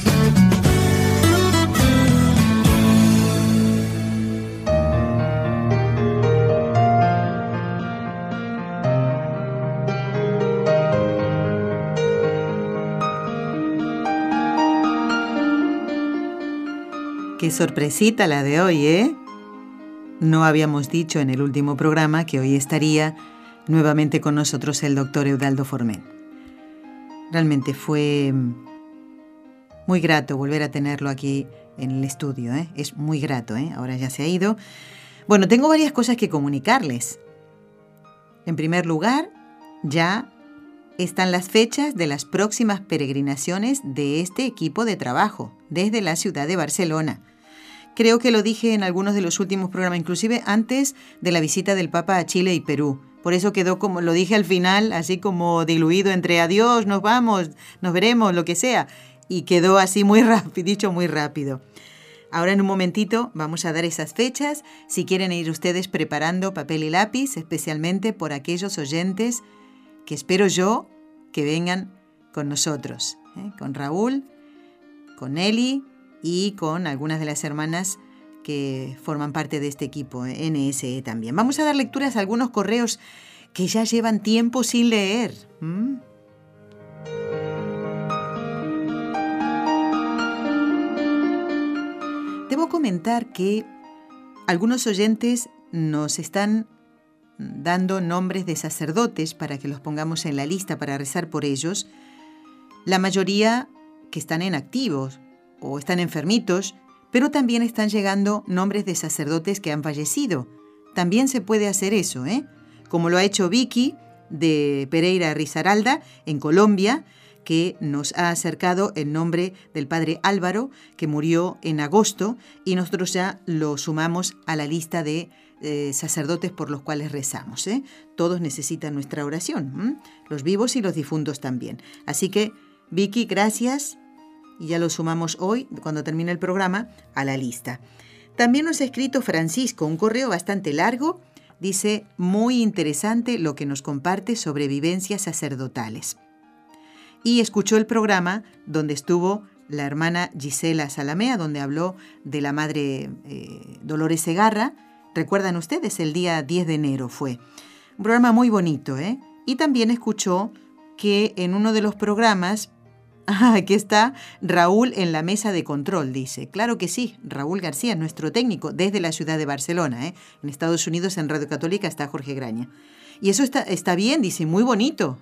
Qué sorpresita la de hoy, ¿eh? No habíamos dicho en el último programa que hoy estaría nuevamente con nosotros el doctor Eudaldo Formen. Realmente fue muy grato volver a tenerlo aquí en el estudio, ¿eh? Es muy grato, ¿eh? Ahora ya se ha ido. Bueno, tengo varias cosas que comunicarles. En primer lugar, ya están las fechas de las próximas peregrinaciones de este equipo de trabajo desde la ciudad de Barcelona. Creo que lo dije en algunos de los últimos programas, inclusive antes de la visita del Papa a Chile y Perú. Por eso quedó como, lo dije al final, así como diluido entre adiós, nos vamos, nos veremos, lo que sea. Y quedó así muy rápido, dicho muy rápido. Ahora en un momentito vamos a dar esas fechas. Si quieren ir ustedes preparando papel y lápiz, especialmente por aquellos oyentes que espero yo que vengan con nosotros, ¿eh? Con Raúl, con Eli y con algunas de las hermanas que forman parte de este equipo, ¿eh? N S E también. Vamos a dar lecturas a algunos correos que ya llevan tiempo sin leer. ¿Mm? Debo comentar que algunos oyentes nos están dando nombres de sacerdotes para que los pongamos en la lista para rezar por ellos. La mayoría que están inactivos o están enfermitos, pero también están llegando nombres de sacerdotes que han fallecido. También se puede hacer eso, ¿eh? Como lo ha hecho Vicky de Pereira Risaralda en Colombia, que nos ha acercado el nombre del padre Álvaro, que murió en agosto, y nosotros ya lo sumamos a la lista de eh, sacerdotes por los cuales rezamos, ¿eh? Todos necesitan nuestra oración, ¿eh? Los vivos y los difuntos también. Así que, Vicky, gracias, y ya lo sumamos hoy, cuando termine el programa, a la lista. También nos ha escrito Francisco, un correo bastante largo. Dice, muy interesante lo que nos comparte sobre vivencias sacerdotales. Y escuchó el programa donde estuvo la hermana Gisela Salamea, donde habló de la madre eh, Dolores Segarra. ¿Recuerdan ustedes? El día diez de enero fue. Un programa muy bonito, ¿eh? Y también escuchó que en uno de los programas, ah, aquí está Raúl en la mesa de control, dice. Claro que sí, Raúl García, nuestro técnico, desde la ciudad de Barcelona, ¿eh? En Estados Unidos, en Radio Católica, está Jorge Graña. Y eso está, está bien, dice, muy bonito.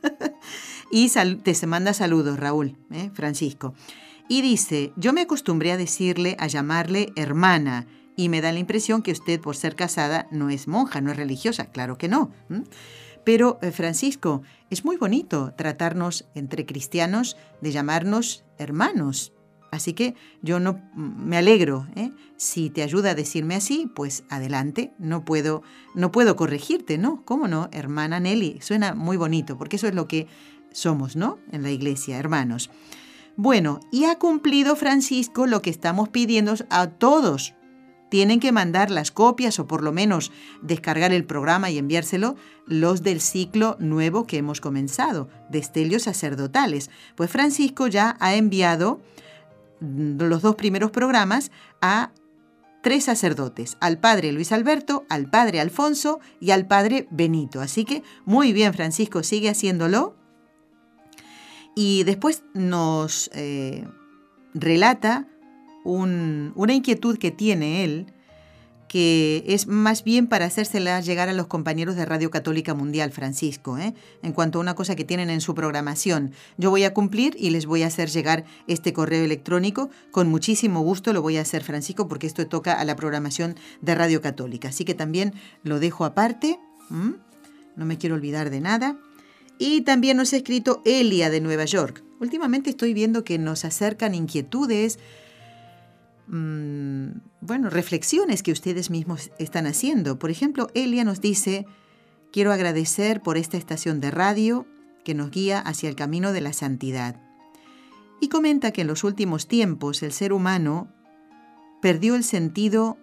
Y sal- te se manda saludos, Raúl, ¿eh? Francisco. Y dice, yo me acostumbré a decirle, a llamarle hermana, y me da la impresión que usted, por ser casada, no es monja, no es religiosa. Claro que no. ¿Mm? Pero, eh, Francisco, es muy bonito tratarnos entre cristianos de llamarnos hermanos. Así que yo no me alegro, ¿eh? Si te ayuda a decirme así, pues adelante. No puedo, no puedo corregirte, ¿no? ¿Cómo no? Hermana Nelly, suena muy bonito, porque eso es lo que somos, ¿no? En la iglesia, hermanos. Bueno, y ha cumplido Francisco lo que estamos pidiendo a todos. Tienen que mandar las copias o por lo menos descargar el programa y enviárselo los del ciclo nuevo que hemos comenzado, Destellos Sacerdotales. Pues Francisco ya ha enviado los dos primeros programas a tres sacerdotes, al padre Luis Alberto, al padre Alfonso y al padre Benito. Así que muy bien, Francisco, sigue haciéndolo. Y después nos eh, relata un, una inquietud que tiene él, que es más bien para hacérsela llegar a los compañeros de Radio Católica Mundial, Francisco, ¿eh? En cuanto a una cosa que tienen en su programación. Yo voy a cumplir y les voy a hacer llegar este correo electrónico. Con muchísimo gusto lo voy a hacer, Francisco, porque esto toca a la programación de Radio Católica. Así que también lo dejo aparte. ¿Mm? No me quiero olvidar de nada. Y también nos ha escrito Elia de Nueva York. Últimamente estoy viendo que nos acercan inquietudes, mmm, bueno, reflexiones que ustedes mismos están haciendo. Por ejemplo, Elia nos dice, quiero agradecer por esta estación de radio que nos guía hacia el camino de la santidad. Y comenta que en los últimos tiempos el ser humano perdió el sentido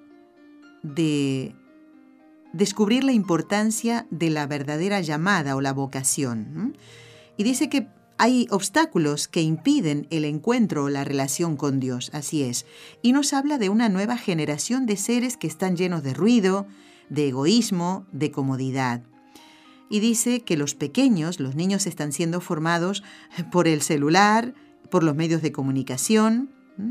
de descubrir la importancia de la verdadera llamada o la vocación. Y dice que hay obstáculos que impiden el encuentro o la relación con Dios, así es. Y nos habla de una nueva generación de seres que están llenos de ruido, de egoísmo, de comodidad. Y dice que los pequeños, los niños, están siendo formados por el celular, por los medios de comunicación,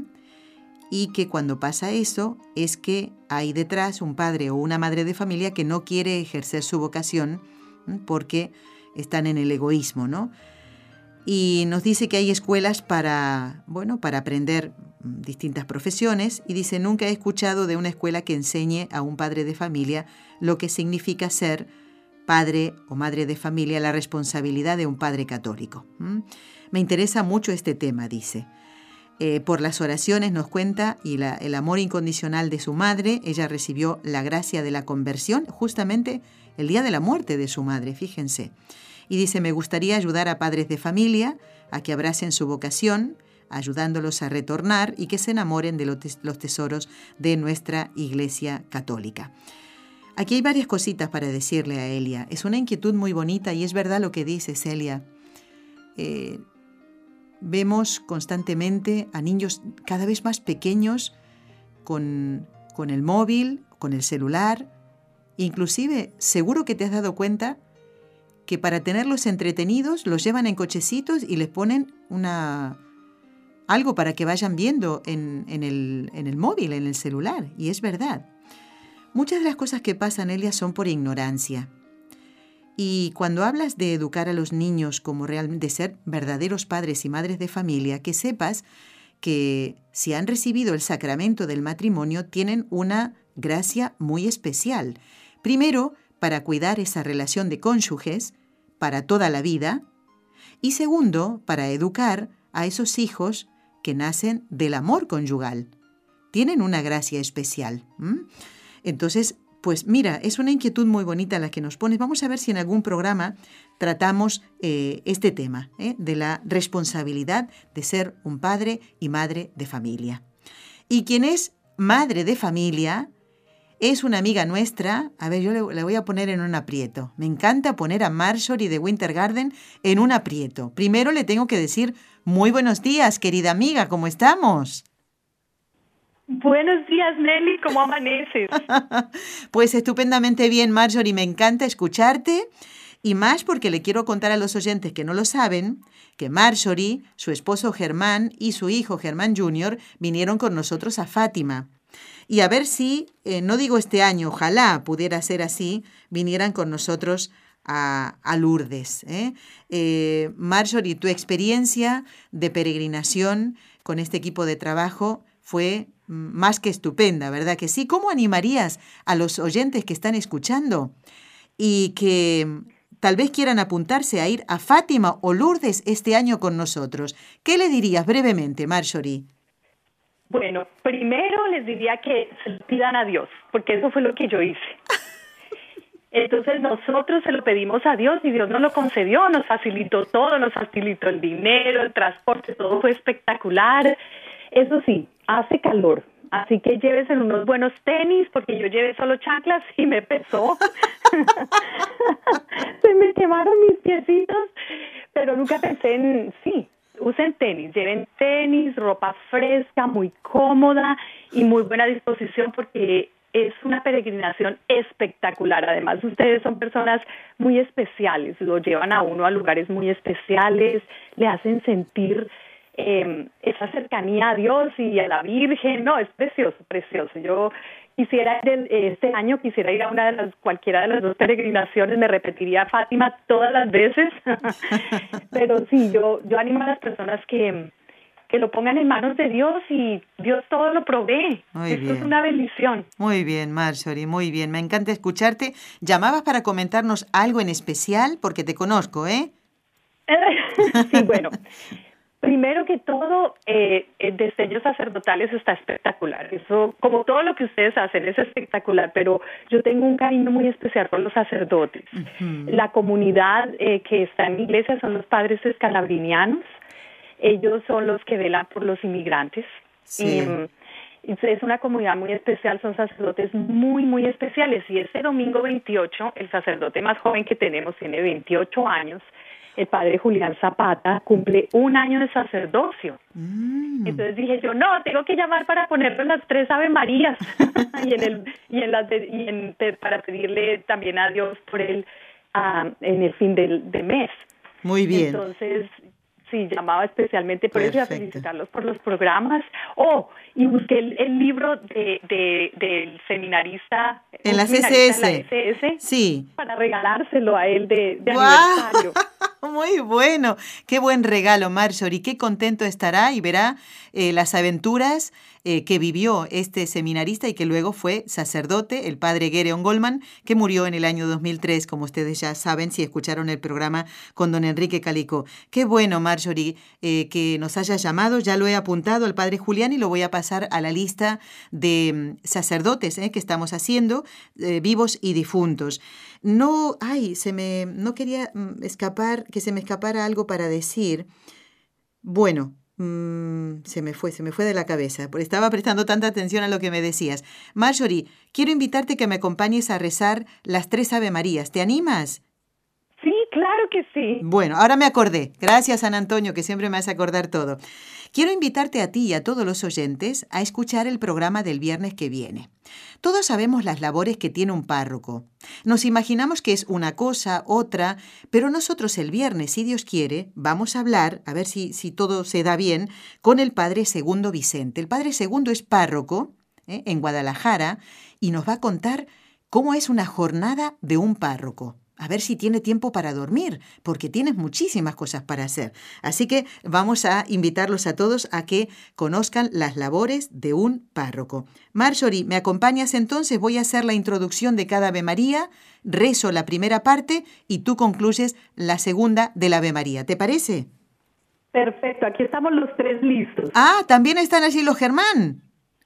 y que cuando pasa eso es que hay detrás un padre o una madre de familia que no quiere ejercer su vocación porque están en el egoísmo, ¿no? Y nos dice que hay escuelas para, bueno, para aprender distintas profesiones, y dice, nunca he escuchado de una escuela que enseñe a un padre de familia lo que significa ser padre o madre de familia, la responsabilidad de un padre católico. ¿Mm? Me interesa mucho este tema, dice. Eh, por las oraciones nos cuenta y la, el amor incondicional de su madre, ella recibió la gracia de la conversión justamente el día de la muerte de su madre, fíjense. Y dice, me gustaría ayudar a padres de familia a que abracen su vocación, ayudándolos a retornar y que se enamoren de los tesoros de nuestra Iglesia Católica. Aquí hay varias cositas para decirle a Elia. Es una inquietud muy bonita y es verdad lo que dice Celia. Eh, vemos constantemente a niños cada vez más pequeños con, con el móvil, con el celular. Inclusive, seguro que te has dado cuenta que para tenerlos entretenidos los llevan en cochecitos y les ponen una, algo para que vayan viendo en, en, el, en el móvil, en el celular. Y es verdad. Muchas de las cosas que pasan, Elia, son por ignorancia. Y cuando hablas de educar a los niños como realmente ser verdaderos padres y madres de familia, que sepas que si han recibido el sacramento del matrimonio tienen una gracia muy especial. Primero, para cuidar esa relación de cónyuges para toda la vida. Y segundo, para educar a esos hijos que nacen del amor conyugal. Tienen una gracia especial. ¿Mm? Entonces, pues mira, es una inquietud muy bonita la que nos pones. Vamos a ver si en algún programa tratamos eh, este tema, ¿eh? de la responsabilidad de ser un padre y madre de familia. Y quien es madre de familia es una amiga nuestra. A ver, yo le, le voy a poner en un aprieto. Me encanta poner a Marjorie de Winter Garden en un aprieto. Primero le tengo que decir muy buenos días, querida amiga, ¿cómo estamos? Buenos días, Nelly, ¿cómo amaneces? Pues estupendamente bien, Marjorie, me encanta escucharte y más porque le quiero contar a los oyentes que no lo saben que Marjorie, su esposo Germán y su hijo Germán junior vinieron con nosotros a Fátima. Y a ver si, eh, no digo este año, ojalá pudiera ser así, vinieran con nosotros a, a Lourdes. ¿eh? Eh, Marjorie, tu experiencia de peregrinación con este equipo de trabajo fue más que estupenda, ¿verdad que sí? ¿Cómo animarías a los oyentes que están escuchando y que tal vez quieran apuntarse a ir a Fátima o Lourdes este año con nosotros? ¿Qué le dirías brevemente, Marjorie? Bueno, primero les diría que se lo pidan a Dios, porque eso fue lo que yo hice. Entonces nosotros se lo pedimos a Dios y Dios nos lo concedió, nos facilitó todo, nos facilitó el dinero, el transporte, todo fue espectacular. Eso sí, hace calor, así que llévese unos buenos tenis, porque yo llevé solo chanclas y me pesó. Se me quemaron mis piecitos, pero nunca pensé en, sí, usen tenis, lleven tenis, ropa fresca, muy cómoda y muy buena disposición, porque es una peregrinación espectacular. Además, ustedes son personas muy especiales, lo llevan a uno a lugares muy especiales, le hacen sentir Eh, esa cercanía a Dios y a la Virgen. No, es precioso, precioso. Yo quisiera, este año quisiera ir a una de las, cualquiera de las dos peregrinaciones, me repetiría Fátima todas las veces, pero sí, yo, yo animo a las personas que, que lo pongan en manos de Dios y Dios todo lo provee. Muy Esto bien. es una bendición. Muy bien, Marjorie, muy bien. Me encanta escucharte. ¿Llamabas para comentarnos algo en especial? Porque te conozco, ¿eh? Sí, bueno. Primero que todo, eh, el diseño sacerdotales está espectacular. Eso, como todo lo que ustedes hacen, es espectacular, pero yo tengo un cariño muy especial por los sacerdotes. Uh-huh. La comunidad eh, que está en mi iglesia son los padres escalabrinianos. Ellos son los que velan por los inmigrantes. Sí. Y, es una comunidad muy especial, son sacerdotes muy, muy especiales. Y este domingo veintiocho, el sacerdote más joven que tenemos tiene veintiocho años, el padre Julián Zapata, cumple un año de sacerdocio. Mm. Entonces dije yo, no, tengo que llamar para ponerle las tres Ave Marías y en el y en las de, y en, para pedirle también a Dios por él uh, en el fin del de mes. Muy bien. Entonces, sí, llamaba especialmente por Perfecto. Eso y a felicitarlos por los programas. Oh, y busqué el, el libro de, de del seminarista. En la C S S. La C S S. Sí. Para regalárselo a él de, de wow. aniversario. Muy bueno, qué buen regalo, Marjorie, qué contento estará y verá eh, las aventuras eh, que vivió este seminarista y que luego fue sacerdote, el padre Gereon Goldman, que murió en el año dos mil tres, como ustedes ya saben si escucharon el programa con don Enrique Calico. Qué bueno, Marjorie, eh, que nos hayas llamado, ya lo he apuntado al padre Julián y lo voy a pasar a la lista de um, sacerdotes eh, que estamos haciendo, eh, vivos y difuntos. No, ay, se me, no quería mm, escapar, que se me escapara algo para decir. Bueno, mmm, se me fue, se me fue de la cabeza, porque estaba prestando tanta atención a lo que me decías. Marjorie, quiero invitarte que me acompañes a rezar las tres Ave Marías. ¿Te animas? Sí, claro que sí. Bueno, ahora me acordé. Gracias, San Antonio, que siempre me hace acordar todo. Quiero invitarte a ti y a todos los oyentes a escuchar el programa del viernes que viene. Todos sabemos las labores que tiene un párroco. Nos imaginamos que es una cosa, otra, pero nosotros el viernes, si Dios quiere, vamos a hablar, a ver si, si todo se da bien, con el padre Segundo Vicente. El padre Segundo es párroco ¿eh? en Guadalajara y nos va a contar cómo es una jornada de un párroco. a ver si tiene tiempo para dormir, porque tienes muchísimas cosas para hacer. Así que vamos a invitarlos a todos a que conozcan las labores de un párroco. Marjorie, ¿me acompañas entonces? Voy a hacer la introducción de cada Ave María, rezo la primera parte y tú concluyes la segunda del Ave María. ¿Te parece? Perfecto, aquí estamos los tres listos. Ah, también están allí los Germán.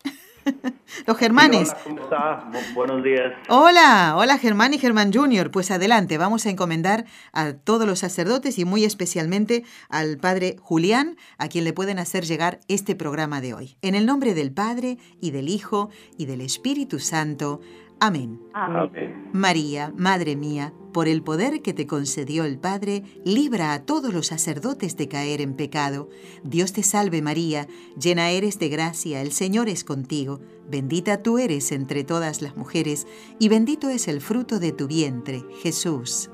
Los Germanes. Sí, hola, ¿cómo está? Bu- buenos días. Hola, hola Germán y Germán junior Pues adelante, vamos a encomendar a todos los sacerdotes y muy especialmente al Padre Julián, a quien le pueden hacer llegar este programa de hoy. En el nombre del Padre, y del Hijo, y del Espíritu Santo. Amén. Amén. María, Madre mía, por el poder que te concedió el Padre, libra a todos los sacerdotes de caer en pecado. Dios te salve María, llena eres de gracia, el Señor es contigo. Bendita tú eres entre todas las mujeres, y bendito es el fruto de tu vientre, Jesús.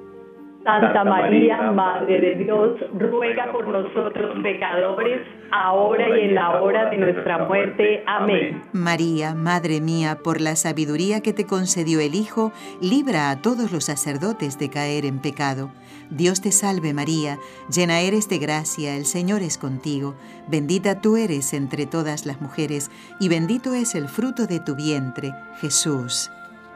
Santa María, Madre de Dios, ruega por nosotros pecadores, ahora y en la hora de nuestra muerte. Amén. María, Madre mía, por la sabiduría que te concedió el Hijo, libra a todos los sacerdotes de caer en pecado. Dios te salve María, llena eres de gracia, el Señor es contigo. Bendita tú eres entre todas las mujeres, y bendito es el fruto de tu vientre, Jesús.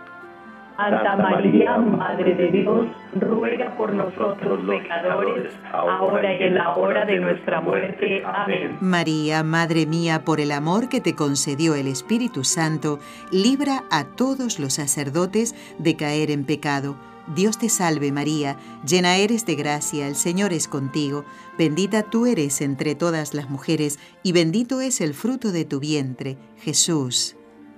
Santa María, Madre de Dios, ruega por nosotros pecadores, ahora y en la hora de nuestra muerte. Amén. María, Madre mía, por el amor que te concedió el Espíritu Santo, libra a todos los sacerdotes de caer en pecado. Dios te salve María, llena eres de gracia, el Señor es contigo. Bendita tú eres entre todas las mujeres, y bendito es el fruto de tu vientre, Jesús.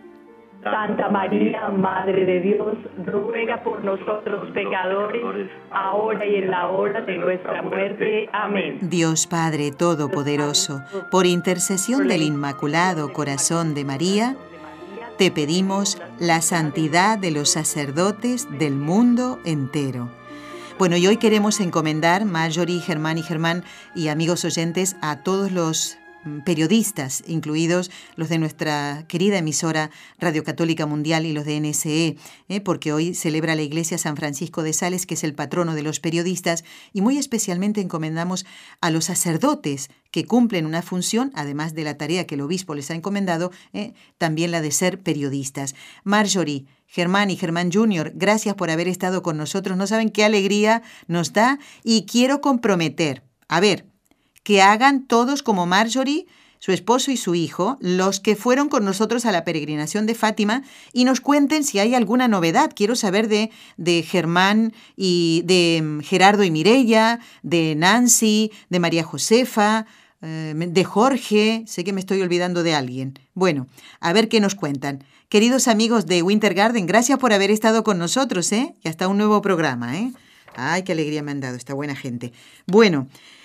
Santa María, Madre de Dios, ruega por nosotros pecadores, ahora y en la hora de nuestra muerte. Amén. Dios Padre Todopoderoso, por intercesión del Inmaculado Corazón de María, te pedimos la santidad de los sacerdotes del mundo entero. Bueno, y hoy queremos encomendar, Marjorie, Germán y Germán y amigos oyentes, a todos los periodistas, incluidos los de nuestra querida emisora Radio Católica Mundial y los de N S E, ¿eh? porque hoy celebra la Iglesia San Francisco de Sales, que es el patrono de los periodistas, y muy especialmente encomendamos a los sacerdotes que cumplen una función, además de la tarea que el obispo les ha encomendado, ¿eh? también la de ser periodistas. Marjorie, Germán y Germán junior, gracias por haber estado con nosotros. No saben qué alegría nos da, y quiero comprometer, a ver, que hagan todos como Marjorie, su esposo y su hijo, los que fueron con nosotros a la peregrinación de Fátima, y nos cuenten si hay alguna novedad. Quiero saber de, de Germán y de Gerardo y Mireia, de Nancy, de María Josefa, eh, de Jorge. Sé que me estoy olvidando de alguien. Bueno, a ver qué nos cuentan. Queridos amigos de Winter Garden, gracias por haber estado con nosotros, ¿eh? Y hasta un nuevo programa, ¿eh? Ay, qué alegría me han dado esta buena gente. Bueno,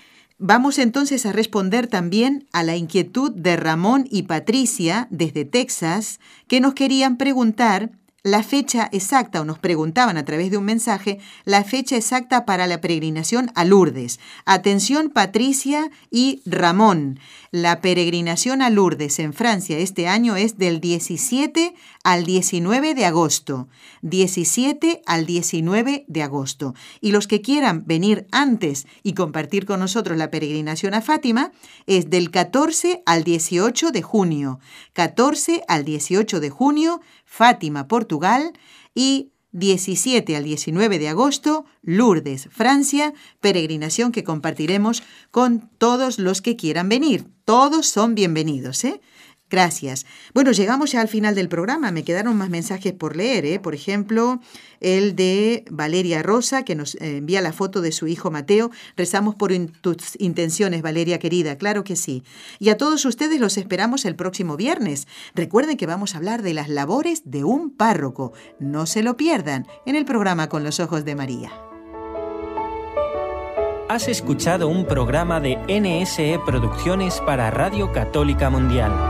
vamos entonces a responder también a la inquietud de Ramón y Patricia desde Texas, que nos querían preguntar la fecha exacta, o nos preguntaban a través de un mensaje, la fecha exacta para la peregrinación a Lourdes. Atención Patricia y Ramón, la peregrinación a Lourdes en Francia este año es del diecisiete al diecinueve de agosto. diecisiete al diecinueve de agosto. Y los que quieran venir antes y compartir con nosotros la peregrinación a Fátima es del catorce al dieciocho de junio. catorce al dieciocho de junio, Fátima, Portugal, y diecisiete al diecinueve de agosto, Lourdes, Francia, peregrinación que compartiremos con todos los que quieran venir. Todos son bienvenidos, ¿eh? Gracias. Bueno, llegamos ya al final del programa. Me quedaron más mensajes por leer, ¿eh? Por ejemplo, el de Valeria Rosa, que nos envía la foto de su hijo Mateo. Rezamos por in- tus intenciones, Valeria querida, claro que sí. Y a todos ustedes los esperamos el próximo viernes. Recuerden que vamos a hablar de las labores de un párroco. No se lo pierdan en el programa Con los Ojos de María. Has escuchado un programa de N S E Producciones para Radio Católica Mundial.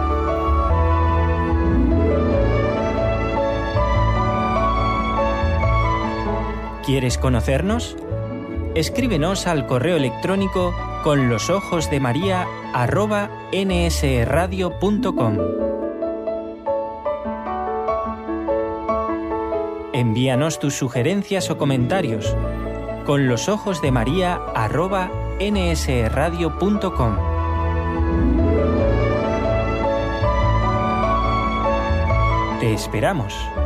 ¿Quieres conocernos? Escríbenos al correo electrónico con los ojos de María arroba nsradio punto com. Envíanos tus sugerencias o comentarios con los ojos de María arroba nsradio punto com. Te esperamos.